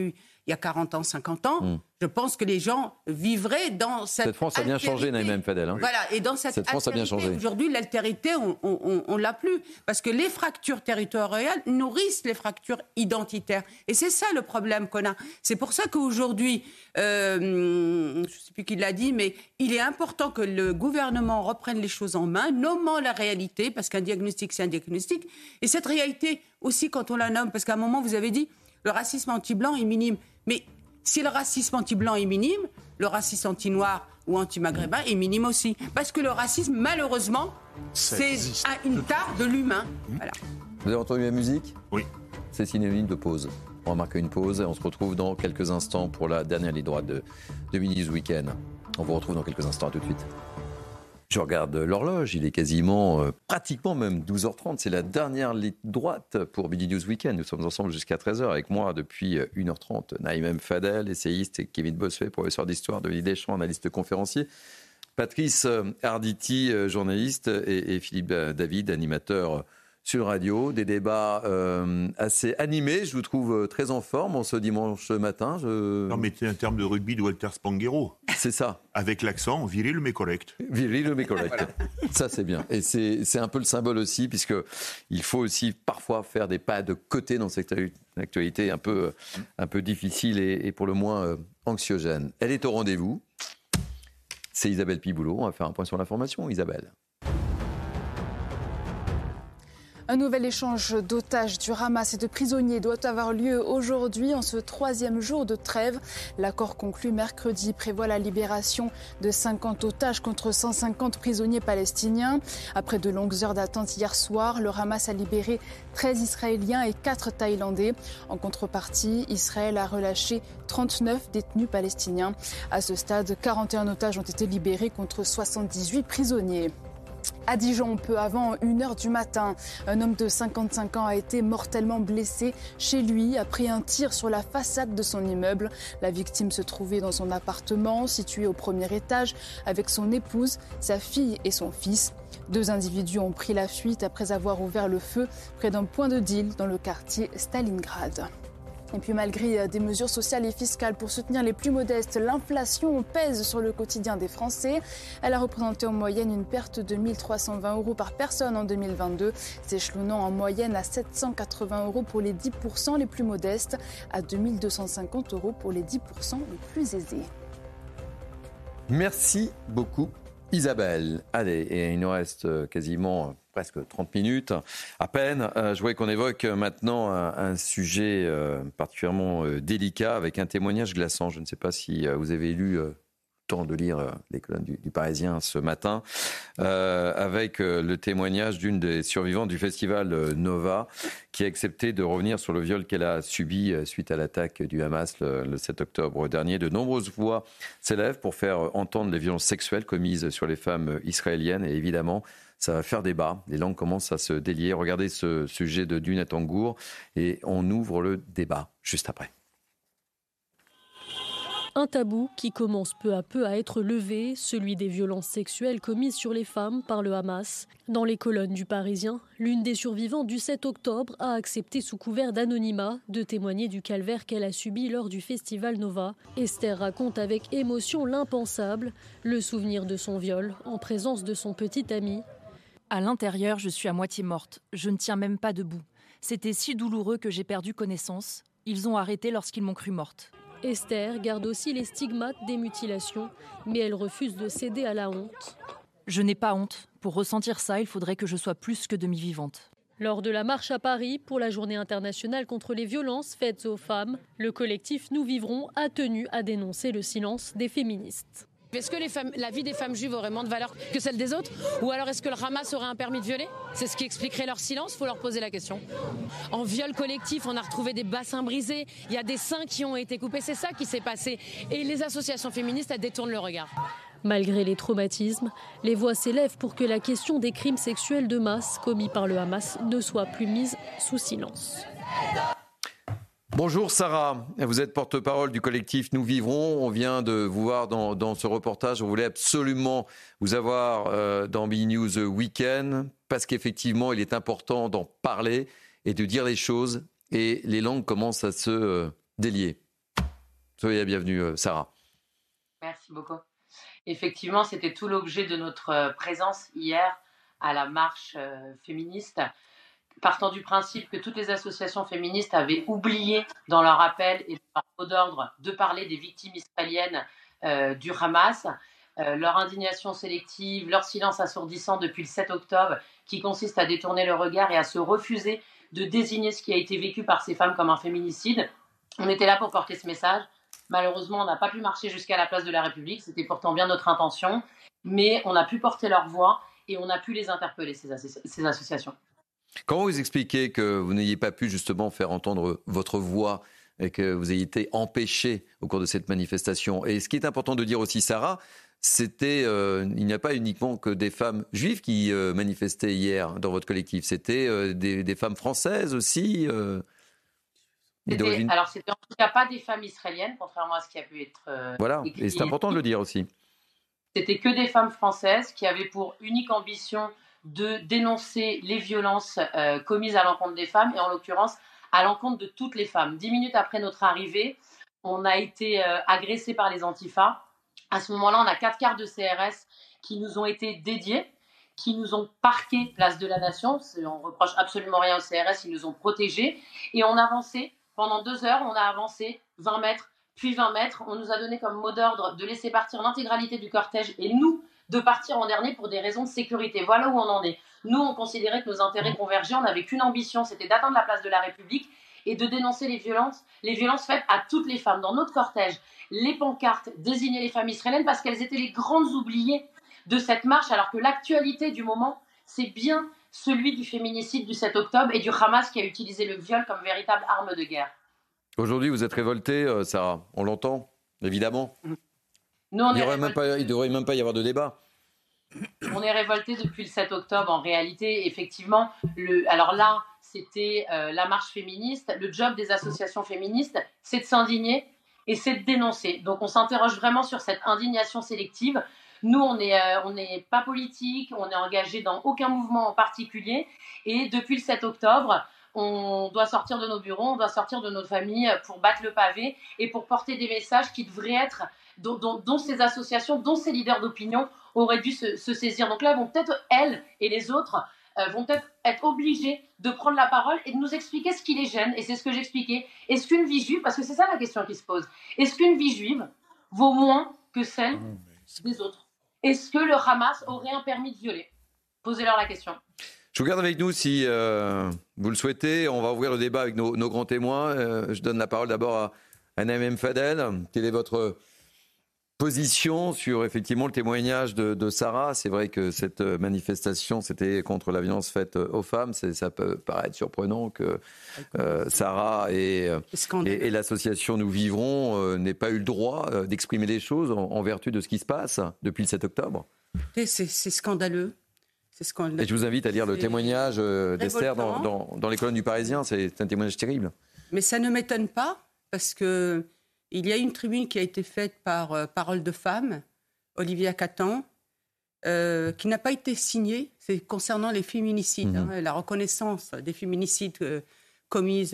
il y a 40 ans, 50 ans, je pense que les gens vivraient dans cette France a bien changé, Naïm Fadel. Hein. Voilà, et dans cette France a bien changé. Aujourd'hui, l'altérité, on l'a plus. Parce que les fractures territoriales nourrissent les fractures identitaires. Et c'est ça le problème qu'on a. C'est pour ça qu'aujourd'hui, je ne sais plus qui l'a dit, mais il est important que le gouvernement reprenne les choses en main, nommant la réalité, parce qu'un diagnostic, c'est un diagnostic. Et cette réalité aussi, quand on la nomme, parce qu'à un moment, vous avez dit, le racisme anti-blanc est minime. Mais si le racisme anti-blanc est minime, le racisme anti-noir ou anti-maghrébin est minime aussi. Parce que le racisme, malheureusement, c'est une tare de l'humain. Voilà. Vous avez entendu la musique ? Oui. C'est synonyme de pause. On va marquer une pause et on se retrouve dans quelques instants pour la dernière ligne droite de Midi News Weekend. On vous retrouve dans quelques instants, à tout de suite. Je regarde l'horloge, il est quasiment, pratiquement même 12h30. C'est la dernière ligne droite pour Midi News Weekend. Nous sommes ensemble jusqu'à 13h avec moi depuis 1h30. Naïm Fadel, essayiste, et Kevin Bossuet, professeur d'histoire, Denis Deschamps, analyste conférencier. Patrice Arditi, journaliste, et Philippe David, animateur sur radio. Des débats assez animés, je vous trouve très en forme en ce dimanche matin. Non, mais c'est un terme de rugby de Walter Spanghero. C'est ça. Avec l'accent viril mais correct. Viril mais correct. Voilà. Ça, c'est bien. Et c'est un peu le symbole aussi, puisqu'il faut aussi parfois faire des pas de côté dans cette actualité un peu difficile et pour le moins anxiogène. Elle est au rendez-vous. C'est Isabelle Piboulot. On va faire un point sur l'information. Isabelle. Un nouvel échange d'otages du Hamas et de prisonniers doit avoir lieu aujourd'hui en ce 3e jour de trêve. L'accord conclu mercredi prévoit la libération de 50 otages contre 150 prisonniers palestiniens. Après de longues heures d'attente hier soir, le Hamas a libéré 13 Israéliens et 4 Thaïlandais. En contrepartie, Israël a relâché 39 détenus palestiniens. À ce stade, 41 otages ont été libérés contre 78 prisonniers. À Dijon, peu avant 1h du matin, un homme de 55 ans a été mortellement blessé chez lui après un tir sur la façade de son immeuble. La victime se trouvait dans son appartement situé au 1er étage avec son épouse, sa fille et son fils. 2 individus ont pris la fuite après avoir ouvert le feu près d'un point de deal dans le quartier Stalingrad. Et puis malgré des mesures sociales et fiscales pour soutenir les plus modestes, l'inflation pèse sur le quotidien des Français. Elle a représenté en moyenne une perte de 1 320 € par personne en 2022, s'échelonnant en moyenne à 780 € pour les 10% les plus modestes, à 2 250 € pour les 10% les plus aisés. Merci beaucoup Isabelle. Allez, et il nous reste quasiment presque 30 minutes à peine. Je voudrais qu'on évoque maintenant un sujet particulièrement délicat avec un témoignage glaçant. Je ne sais pas si vous avez lu temps de lire les colonnes du Parisien ce matin, avec le témoignage d'une des survivantes du festival Nova, qui a accepté de revenir sur le viol qu'elle a subi suite à l'attaque du Hamas le 7 octobre dernier. De nombreuses voix s'élèvent pour faire entendre les violences sexuelles commises sur les femmes israéliennes, et évidemment, ça va faire débat. Les langues commencent à se délier. Regardez ce sujet de Dunat Angour et on ouvre le débat juste après. Un tabou qui commence peu à peu à être levé, celui des violences sexuelles commises sur les femmes par le Hamas. Dans les colonnes du Parisien, l'une des survivantes du 7 octobre a accepté sous couvert d'anonymat de témoigner du calvaire qu'elle a subi lors du festival Nova. Esther raconte avec émotion l'impensable, le souvenir de son viol en présence de son petit ami. À l'intérieur, je suis à moitié morte. Je ne tiens même pas debout. C'était si douloureux que j'ai perdu connaissance. Ils ont arrêté lorsqu'ils m'ont cru morte. Esther garde aussi les stigmates des mutilations, mais elle refuse de céder à la honte. Je n'ai pas honte. Pour ressentir ça, il faudrait que je sois plus que demi-vivante. Lors de la marche à Paris pour la Journée internationale contre les violences faites aux femmes, le collectif Nous Vivrons a tenu à dénoncer le silence des féministes. Est-ce que la vie des femmes juives aurait moins de valeur que celle des autres ? Ou alors est-ce que le Hamas aurait un permis de violer ? C'est ce qui expliquerait leur silence, il faut leur poser la question. En viol collectif, on a retrouvé des bassins brisés, il y a des seins qui ont été coupés, c'est ça qui s'est passé. Et les associations féministes, elles détournent le regard. Malgré les traumatismes, les voix s'élèvent pour que la question des crimes sexuels de masse commis par le Hamas ne soit plus mise sous silence. Bonjour Sarah, vous êtes porte-parole du collectif Nous Vivrons. On vient de vous voir dans ce reportage. On voulait absolument vous avoir dans Midi News Weekend parce qu'effectivement, il est important d'en parler et de dire les choses. Et les langues commencent à se délier. Soyez la bienvenue, Sarah. Merci beaucoup. Effectivement, c'était tout l'objet de notre présence hier à la marche féministe, partant du principe que toutes les associations féministes avaient oublié dans leur appel et dans leur mot d'ordre de parler des victimes israéliennes du Hamas. Leur indignation sélective, leur silence assourdissant depuis le 7 octobre, qui consiste à détourner le regard et à se refuser de désigner ce qui a été vécu par ces femmes comme un féminicide. On était là pour porter ce message. Malheureusement, on n'a pas pu marcher jusqu'à la place de la République. C'était pourtant bien notre intention. Mais on a pu porter leur voix et on a pu les interpeller, ces associations. Comment vous expliquez que vous n'ayez pas pu justement faire entendre votre voix et que vous ayez été empêché au cours de cette manifestation? Et ce qui est important de dire aussi, Sarah, il n'y a pas uniquement que des femmes juives qui manifestaient hier dans votre collectif, c'était des femmes françaises aussi Alors, c'était en tout cas pas des femmes israéliennes, contrairement à ce qui a pu être voilà, écrit. Et c'est important de le dire aussi. C'était que des femmes françaises qui avaient pour unique ambition de dénoncer les violences commises à l'encontre des femmes, et en l'occurrence à l'encontre de toutes les femmes. 10 minutes après notre arrivée, on a été agressés par les Antifas. À ce moment-là, on a 4 quarts de CRS qui nous ont été dédiés, qui nous ont parqués place de la Nation. On ne reproche absolument rien aux CRS, ils nous ont protégés. Et on avançait, pendant 2 heures, on a avancé 20 mètres, puis 20 mètres. On nous a donné comme mot d'ordre de laisser partir l'intégralité du cortège et nous, de partir en dernier pour des raisons de sécurité. Voilà où on en est. Nous, on considérait que nos intérêts convergeaient, on n'avait qu'une ambition, c'était d'atteindre la place de la République et de dénoncer les violences faites à toutes les femmes. Dans notre cortège, les pancartes désignaient les femmes israéliennes parce qu'elles étaient les grandes oubliées de cette marche, alors que l'actualité du moment, c'est bien celui du féminicide du 7 octobre et du Hamas qui a utilisé le viol comme véritable arme de guerre. Aujourd'hui, vous êtes révoltée, Sarah, on l'entend, évidemment. Nous, il ne devrait même pas y avoir de débat. On est révoltés depuis le 7 octobre, en réalité, effectivement. Alors là, c'était la marche féministe. Le job des associations féministes, c'est de s'indigner et c'est de dénoncer. Donc on s'interroge vraiment sur cette indignation sélective. Nous, on n'est pas politique, on n'est engagé dans aucun mouvement en particulier. Et depuis le 7 octobre, on doit sortir de nos bureaux, on doit sortir de nos familles pour battre le pavé et pour porter des messages qui devraient être, dont ces associations, dont ces leaders d'opinion auraient dû se saisir. Donc là, elles vont peut-être, elles et les autres, vont peut-être être obligés de prendre la parole et de nous expliquer ce qui les gêne. Et c'est ce que j'expliquais. Est-ce qu'une vie juive, parce que c'est ça la question qui se pose, est-ce qu'une vie juive vaut moins que celle des autres? Est-ce que le Hamas aurait un permis de violer? Posez-leur la question. Je vous garde avec nous si vous le souhaitez. On va ouvrir le débat avec nos grands témoins. Je donne la parole d'abord à Anna Fadel. Quelle est votre position sur effectivement le témoignage de Sarah? C'est vrai que cette manifestation, c'était contre la violence faite aux femmes. Ça peut paraître surprenant que Sarah et l'association Nous Vivrons n'aient pas eu le droit d'exprimer les choses en vertu de ce qui se passe depuis le 7 octobre. C'est scandaleux. Et je vous invite à lire le témoignage d'Esther dans les colonnes du Parisien. C'est un témoignage terrible. Mais ça ne m'étonne pas, parce que il y a une tribune qui a été faite par Parole de Femmes, Olivia Catan, qui n'a pas été signée. C'est concernant les féminicides, la reconnaissance des féminicides commis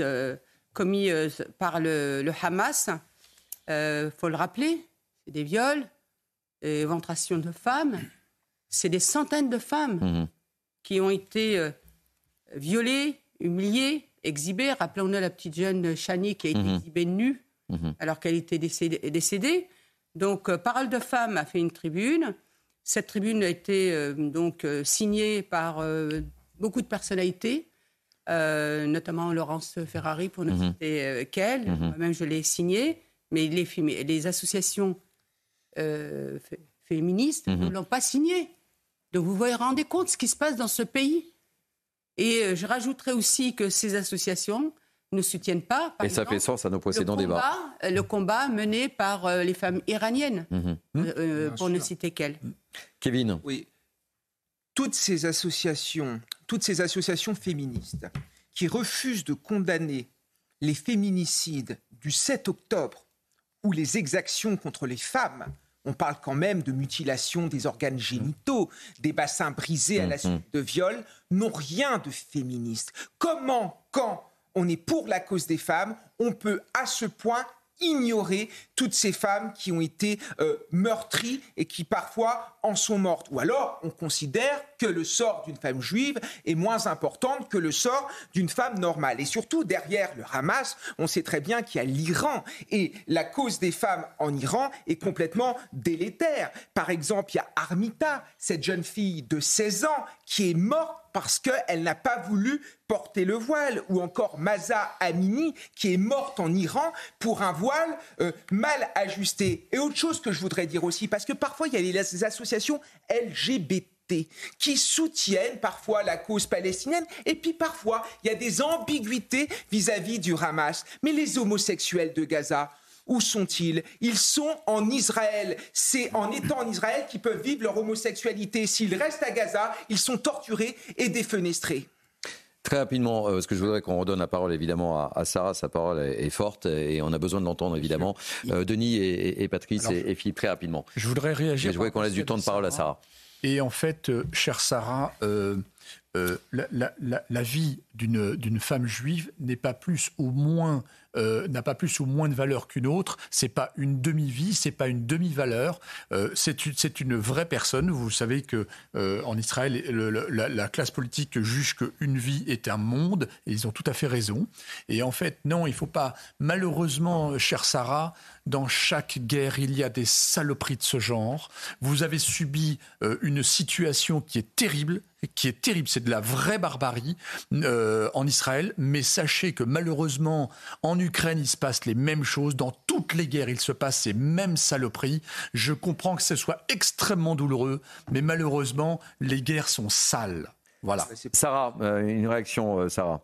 par le Hamas. Faut le rappeler, c'est des viols, des éventrations de femmes. C'est des centaines de femmes qui ont été violées, humiliées, exhibées. Rappelons-nous la petite jeune Chani qui a été exhibée nue alors qu'elle était décédée. Donc, Parole de Femmes a fait une tribune. Cette tribune a été signée par beaucoup de personnalités, notamment Laurence Ferrari, pour ne citer qu'elle. Moi-même, je l'ai signée. Mais les associations féministes ne l'ont pas signée. Donc vous vous rendez compte de ce qui se passe dans ce pays. Et je rajouterais aussi que ces associations ne soutiennent pas, par exemple, ça fait sens à nos précédents débats. Le combat mené par les femmes iraniennes, pour ne citer qu'elles. Kevin. Oui. Toutes ces associations féministes qui refusent de condamner les féminicides du 7 octobre ou les exactions contre les femmes. On parle quand même de mutilation des organes génitaux, des bassins brisés à la suite de viols, n'ont rien de féministe. Comment, quand on est pour la cause des femmes, on peut à ce point ignorer toutes ces femmes qui ont été meurtries et qui parfois en sont mortes. Ou alors, on considère que le sort d'une femme juive est moins important que le sort d'une femme normale. Et surtout, derrière le Hamas, on sait très bien qu'il y a l'Iran. Et la cause des femmes en Iran est complètement délétère. Par exemple, il y a Armita, cette jeune fille de 16 ans qui est morte parce qu'elle n'a pas voulu porter le voile, ou encore Mahsa Amini qui est morte en Iran pour un voile mal ajusté. Et autre chose que je voudrais dire aussi, parce que parfois il y a les associations LGBT qui soutiennent parfois la cause palestinienne, et puis parfois il y a des ambiguïtés vis-à-vis du Hamas. Mais les homosexuels de Gaza, où sont-ils ? Ils sont en Israël. C'est en étant en Israël qu'ils peuvent vivre leur homosexualité. S'ils restent à Gaza, ils sont torturés et défenestrés. Très rapidement, parce que je voudrais qu'on redonne la parole évidemment à Sarah. Sa parole est forte et on a besoin de l'entendre évidemment. Denis et Patrice. Alors, et Philippe, très rapidement. Je voudrais réagir. Je voudrais qu'on laisse du temps de parole à Sarah. Et en fait, chère Sarah, la vie d'une femme juive n'est pas plus ou moins n'a pas plus ou moins de valeur qu'une autre. C'est pas une demi-vie, c'est pas une demi-valeur. C'est une vraie personne. Vous savez que en Israël, la classe politique juge qu'une vie est un monde, et ils ont tout à fait raison. Et en fait, non, il faut pas. Malheureusement, chère Sarah, dans chaque guerre, il y a des saloperies de ce genre. Vous avez subi une situation qui est terrible. C'est de la vraie barbarie en Israël, mais sachez que malheureusement en Ukraine il se passe les mêmes choses, dans toutes les guerres il se passe ces mêmes saloperies. Je comprends que ce soit extrêmement douloureux, mais malheureusement les guerres sont sales. Voilà. Sarah, une réaction, Sarah.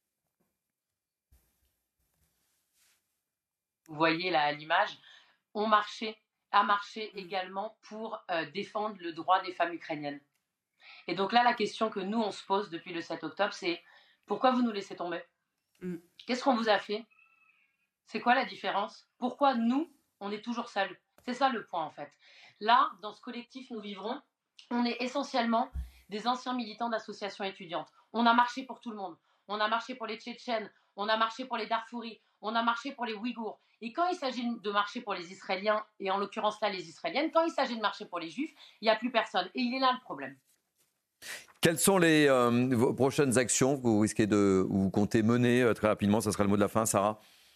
Vous voyez là l'image, a marché également pour défendre le droit des femmes ukrainiennes. Et donc là, la question que nous, on se pose depuis le 7 octobre, c'est pourquoi vous nous laissez tomber ? Qu'est-ce qu'on vous a fait ? C'est quoi la différence ? Pourquoi nous, on est toujours seuls ? C'est ça le point en fait. Là, dans ce collectif Nous Vivrons, on est essentiellement des anciens militants d'associations étudiantes. On a marché pour tout le monde. On a marché pour les Tchétchènes, on a marché pour les Darfouris, on a marché pour les Ouïghours. Et quand il s'agit de marcher pour les Israéliens, et en l'occurrence là les Israéliennes, quand il s'agit de marcher pour les Juifs, il n'y a plus personne. Et il est là le problème. Quelles sont vos prochaines actions que vous risquez vous comptez mener très rapidement ? Ça sera le mot de la fin, Sarah.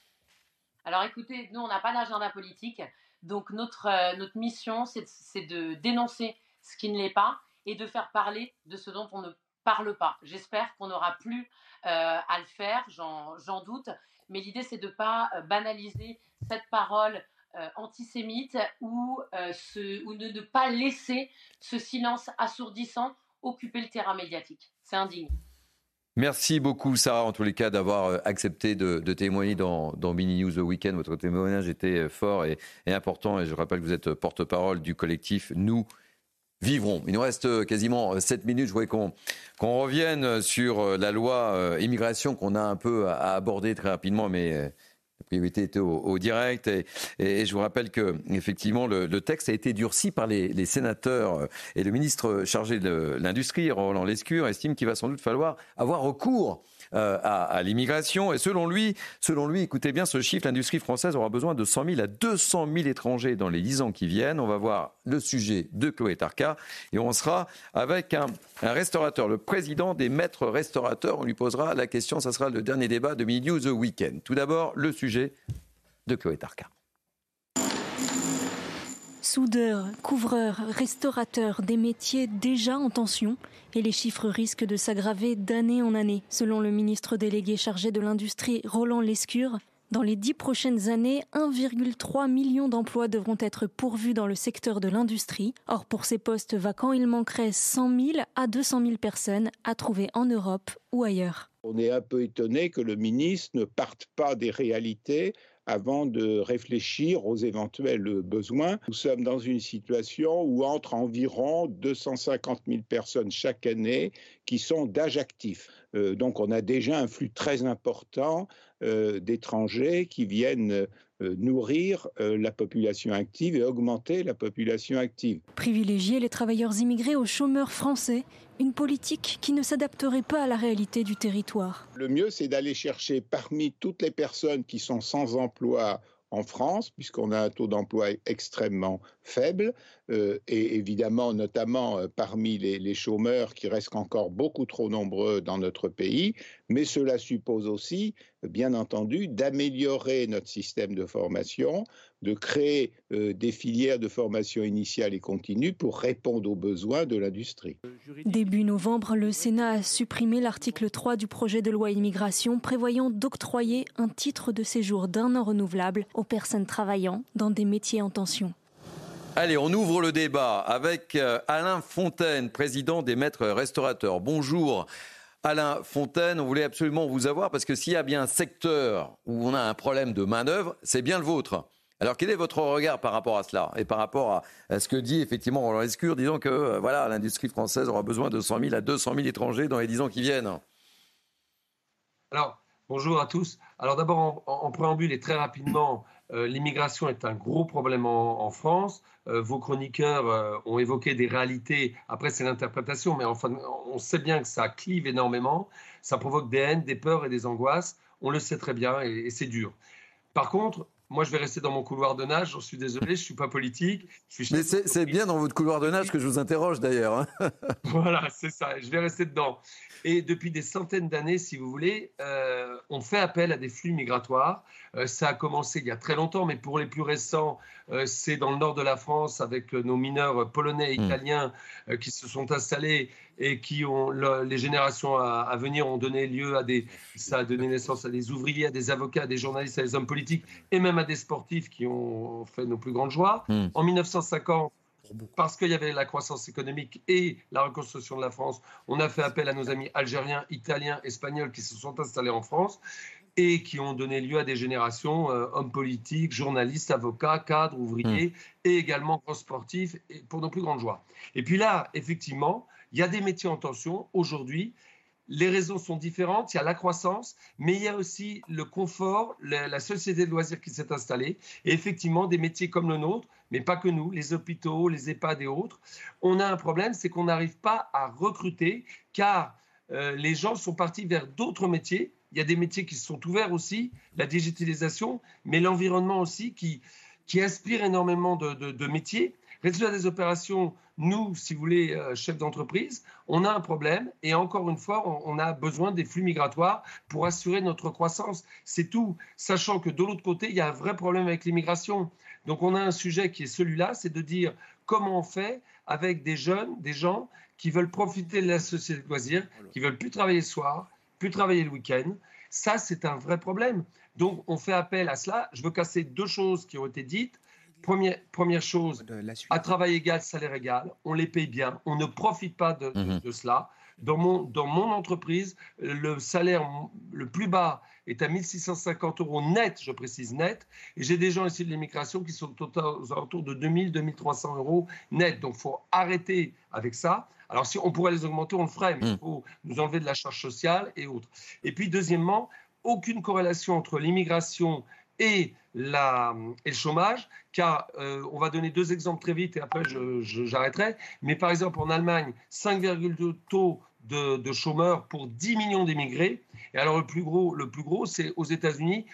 Alors écoutez, nous on n'a pas d'agenda politique, donc notre mission c'est de dénoncer ce qui ne l'est pas et de faire parler de ce dont on ne parle pas. J'espère qu'on n'aura plus à le faire, j'en doute, mais l'idée c'est de ne pas banaliser cette parole antisémite ou de ne pas laisser ce silence assourdissant occuper le terrain médiatique. C'est indigne. Merci beaucoup, Sarah, en tous les cas, d'avoir accepté de témoigner dans Mini News The Weekend. Votre témoignage était fort et important. Et je rappelle que vous êtes porte-parole du collectif Nous Vivrons. Il nous reste quasiment 7 minutes. Je voudrais qu'on revienne sur la loi immigration qu'on a un peu abordée très rapidement, mais la priorité était au direct. Et je vous rappelle qu'effectivement, le texte a été durci par les sénateurs. Et le ministre chargé de l'Industrie, Roland Lescure, estime qu'il va sans doute falloir avoir recours à l'immigration. Et selon lui, écoutez bien ce chiffre, l'industrie française aura besoin de 100 000 à 200 000 étrangers dans les 10 ans qui viennent. On va voir le sujet de Chloé Tarka. Et on sera avec un restaurateur, le président des maîtres restaurateurs. On lui posera la question, ça sera le dernier débat de Mini News The Weekend. Tout d'abord, le sujet de Chloé Tarka. Soudeurs, couvreurs, restaurateurs, des métiers déjà en tension et les chiffres risquent de s'aggraver d'année en année. Selon le ministre délégué chargé de l'Industrie, Roland Lescure, dans les 10 prochaines années, 1,3 million d'emplois devront être pourvus dans le secteur de l'industrie. Or, pour ces postes vacants, il manquerait 100 000 à 200 000 personnes à trouver en Europe ou ailleurs. On est un peu étonné que le ministre ne parte pas des réalités avant de réfléchir aux éventuels besoins. Nous sommes dans une situation où entrent environ 250 000 personnes chaque année qui sont d'âge actif. Donc on a déjà un flux très important d'étrangers qui viennent nourrir la population active et augmenter la population active. Privilégier les travailleurs immigrés aux chômeurs français, une politique qui ne s'adapterait pas à la réalité du territoire. Le mieux, c'est d'aller chercher parmi toutes les personnes qui sont sans emploi en France, puisqu'on a un taux d'emploi extrêmement faible, et évidemment, notamment parmi les chômeurs qui restent encore beaucoup trop nombreux dans notre pays, mais cela suppose aussi, bien entendu, d'améliorer notre système de formation, de créer des filières de formation initiale et continue pour répondre aux besoins de l'industrie. Début novembre, le Sénat a supprimé l'article 3 du projet de loi immigration prévoyant d'octroyer un titre de séjour d'1 an renouvelable aux personnes travaillant dans des métiers en tension. Allez, on ouvre le débat avec Alain Fontaine, président des maîtres restaurateurs. Bonjour Alain Fontaine, on voulait absolument vous avoir parce que s'il y a bien un secteur où on a un problème de main-d'œuvre, c'est bien le vôtre. Alors, quel est votre regard par rapport à cela et par rapport à ce que dit effectivement Roland Lescure, disant que l'industrie française aura besoin de 100 000 à 200 000 étrangers dans les 10 ans qui viennent? Alors, bonjour à tous. Alors d'abord, en préambule et très rapidement, l'immigration est un gros problème en France. Vos chroniqueurs ont évoqué des réalités. Après, c'est l'interprétation, mais enfin, on sait bien que ça clive énormément. Ça provoque des haines, des peurs et des angoisses. On le sait très bien et c'est dur. Par contre, moi, je vais rester dans mon couloir de nage. J'en suis désolé, je ne suis pas politique. Mais c'est bien dans votre couloir de nage que je vous interroge d'ailleurs. Voilà, c'est ça. Je vais rester dedans. Et depuis des centaines d'années, si vous voulez, on fait appel à des flux migratoires. Ça a commencé il y a très longtemps, mais pour les plus récents, c'est dans le nord de la France avec nos mineurs polonais et italiens qui se sont installés et qui ont les générations à venir ont donné lieu à ça a donné naissance à des ouvriers, à des avocats, à des journalistes, à des hommes politiques et même à des sportifs qui ont fait nos plus grandes joies. En 1950, parce qu'il y avait la croissance économique et la reconstruction de la France, on a fait appel à nos amis algériens, italiens, espagnols qui se sont installés en France et qui ont donné lieu à des générations, hommes politiques, journalistes, avocats, cadres, ouvriers et également grands sportifs et pour nos plus grandes joies. Et puis là, effectivement, il y a des métiers en tension aujourd'hui. Les raisons sont différentes, il y a la croissance, mais il y a aussi le confort, la société de loisirs qui s'est installée. Et effectivement, des métiers comme le nôtre, mais pas que nous, les hôpitaux, les EHPAD et autres, on a un problème, c'est qu'on n'arrive pas à recruter car les gens sont partis vers d'autres métiers. Il y a des métiers qui se sont ouverts aussi, la digitalisation, mais l'environnement aussi qui inspire énormément de métiers. Résultat des opérations, nous, si vous voulez, chefs d'entreprise, on a un problème et encore une fois, on a besoin des flux migratoires pour assurer notre croissance. C'est tout, sachant que de l'autre côté, il y a un vrai problème avec l'immigration. Donc on a un sujet qui est celui-là, c'est de dire comment on fait avec des jeunes, des gens qui veulent profiter de la société de loisirs, qui veulent plus travailler le soir, plus travailler le week-end. Ça, c'est un vrai problème. Donc on fait appel à cela. Je veux casser deux choses qui ont été dites. Première chose, à travail égal, salaire égal, on les paye bien, on ne profite pas de cela. Dans mon entreprise, le salaire le plus bas est à 1 650 € net, je précise net, et j'ai des gens ici de l'immigration qui sont aux alentours de 2 000, 2 300 € net. Donc il faut arrêter avec ça. Alors si on pourrait les augmenter, on le ferait, mais il faut nous enlever de la charge sociale et autres. Et puis deuxièmement, aucune corrélation entre l'immigration et le chômage, car on va donner deux exemples très vite et après j'arrêterai. Mais par exemple, en Allemagne, 5,2 taux de chômeurs pour 10 millions d'immigrés. Et alors le plus gros, c'est aux États-Unis,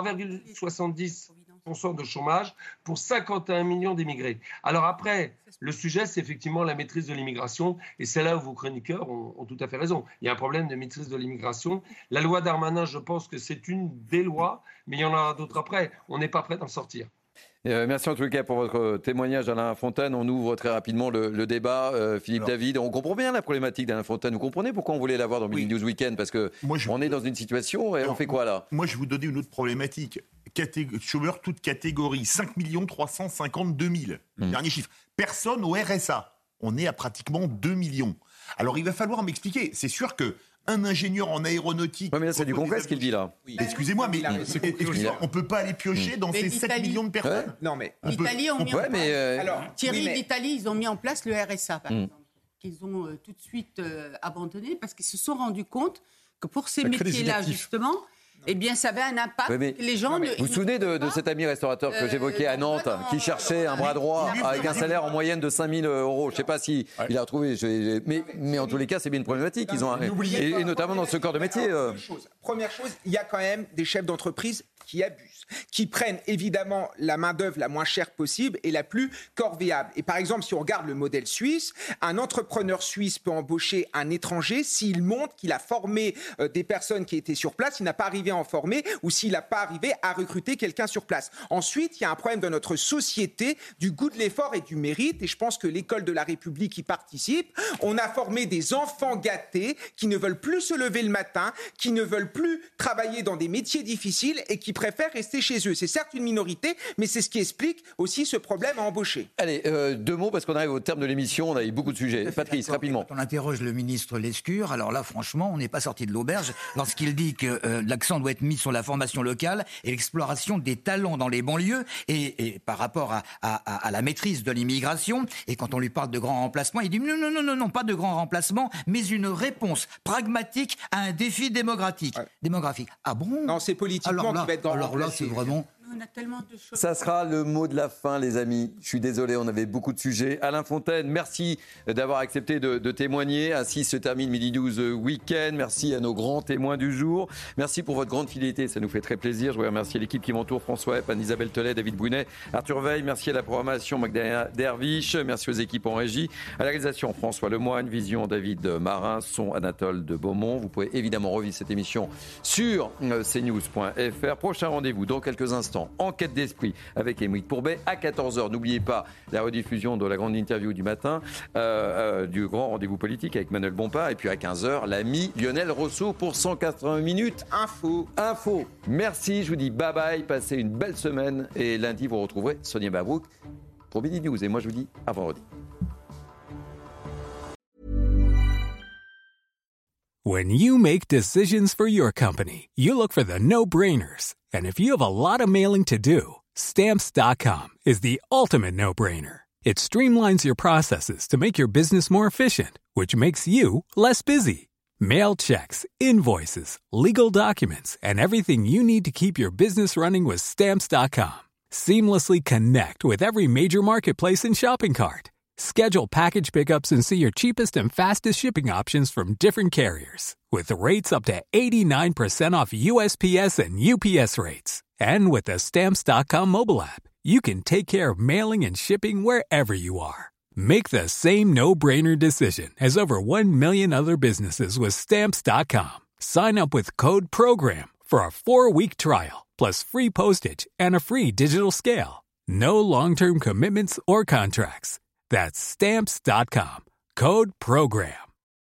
3,70% de chômage pour 51 millions d'immigrés. Alors après, le sujet, c'est effectivement la maîtrise de l'immigration, et c'est là où vos chroniqueurs ont tout à fait raison. Il y a un problème de maîtrise de l'immigration. La loi Darmanin, je pense que c'est une des lois, mais il y en aura d'autres après. On n'est pas prêt d'en sortir. Merci en tout cas pour votre témoignage, Alain Fontaine. On ouvre très rapidement le débat. Philippe David, on comprend bien la problématique d'Alain Fontaine. Vous comprenez pourquoi on voulait l'avoir dans Midi News Weekend? Parce qu'on est dans une situation et on fait quoi là? Moi, je vais vous donner une autre problématique. Chômeurs toute catégorie, 5 352 000. Dernier chiffre. Personne au RSA. On est à pratiquement 2 millions. Alors, il va falloir m'expliquer. C'est sûr que un ingénieur en aéronautique... Oui, mais là, c'est du concret ce qu'il dit là. Oui. Excusez-moi, mais on ne peut pas aller piocher dans ces 7 millions de personnes. Non, mais l'Italie ont mis en place... Alors, Thierry, l'Italie, ils ont mis en place le RSA, par exemple, qu'ils ont tout de suite abandonné parce qu'ils se sont rendus compte que pour ces métiers-là, justement... Eh bien, ça avait un impact. Oui, les gens vous vous souvenez de cet ami restaurateur que j'évoquais à Nantes, qui cherchait un bras droit avec un salaire en moyenne de 5 000 €. Je ne sais pas s'il a retrouvé. Mais en tous les cas, c'est bien une problématique. Ils ont et notamment dans ce corps de métier. Première chose, il y a quand même des chefs d'entreprise qui abusent, qui prennent évidemment la main-d'œuvre la moins chère possible et la plus corvéable. Et par exemple, si on regarde le modèle suisse, un entrepreneur suisse peut embaucher un étranger s'il montre qu'il a formé des personnes qui étaient sur place, il n'a pas arrivé à en former ou s'il n'a pas arrivé à recruter quelqu'un sur place. Ensuite, il y a un problème dans notre société du goût de l'effort et du mérite, et je pense que l'école de la République y participe. On a formé des enfants gâtés qui ne veulent plus se lever le matin, qui ne veulent plus travailler dans des métiers difficiles et qui préfèrent rester chez eux. C'est certes une minorité, mais c'est ce qui explique aussi ce problème à embaucher. Allez, 2 mots parce qu'on arrive au terme de l'émission, on a eu beaucoup de sujets. Patrice, rapidement. Quand on interroge le ministre Lescure, alors là, franchement, on n'est pas sorti de l'auberge lorsqu'il dit que l'accent doit être mis sur la formation locale et l'exploration des talents dans les banlieues et par rapport à la maîtrise de l'immigration. Et quand on lui parle de grands remplacements, il dit non, pas de grands remplacements, mais une réponse pragmatique à un défi démographique. Ah bon ? Non, c'est politiquement qui va être grand. Alors là, c'est vraiment... On a tellement de choses. Ça sera le mot de la fin, les amis. Je suis désolé, on avait beaucoup de sujets. Alain Fontaine, merci d'avoir accepté de témoigner. Ainsi se termine Midi 12 Week-end. Merci à nos grands témoins du jour. Merci pour votre grande fidélité, ça nous fait très plaisir. Je voudrais remercier l'équipe qui m'entoure, François Epp, Anne-Isabelle Tollet, David Brunet, Arthur Veil. Merci à la programmation, Magdalena Derviche. Merci aux équipes en régie. À la réalisation, François Lemoine, Vision, David Marin, son Anatole de Beaumont. Vous pouvez évidemment revivre cette émission sur cnews.fr. Prochain rendez-vous dans quelques instants. Enquête d'esprit avec Émeric Pourbet à 14h. N'oubliez pas la rediffusion de la grande interview du matin, du grand rendez-vous politique avec Manuel Bompard. Et puis à 15h, l'ami Lionel Rousseau pour 180 minutes. Info. Merci, je vous dis bye bye. Passez une belle semaine. Et lundi, vous retrouverez Sonia Mabrouk pour Midi News. Et moi, je vous dis à vendredi. When you make decisions for your company, you look for the no-brainers. And if you have a lot of mailing to do, Stamps.com is the ultimate no-brainer. It streamlines your processes to make your business more efficient, which makes you less busy. Mail checks, invoices, legal documents, and everything you need to keep your business running with Stamps.com. Seamlessly connect with every major marketplace and shopping cart. Schedule package pickups and see your cheapest and fastest shipping options from different carriers. With rates up to 89% off USPS and UPS rates. And with the Stamps.com mobile app, you can take care of mailing and shipping wherever you are. Make the same no-brainer decision as over 1 million other businesses with Stamps.com. Sign up with code PROGRAM for a 4-week trial, plus free postage and a free digital scale. No long-term commitments or contracts. That's Stamps.com. Code PROGRAM.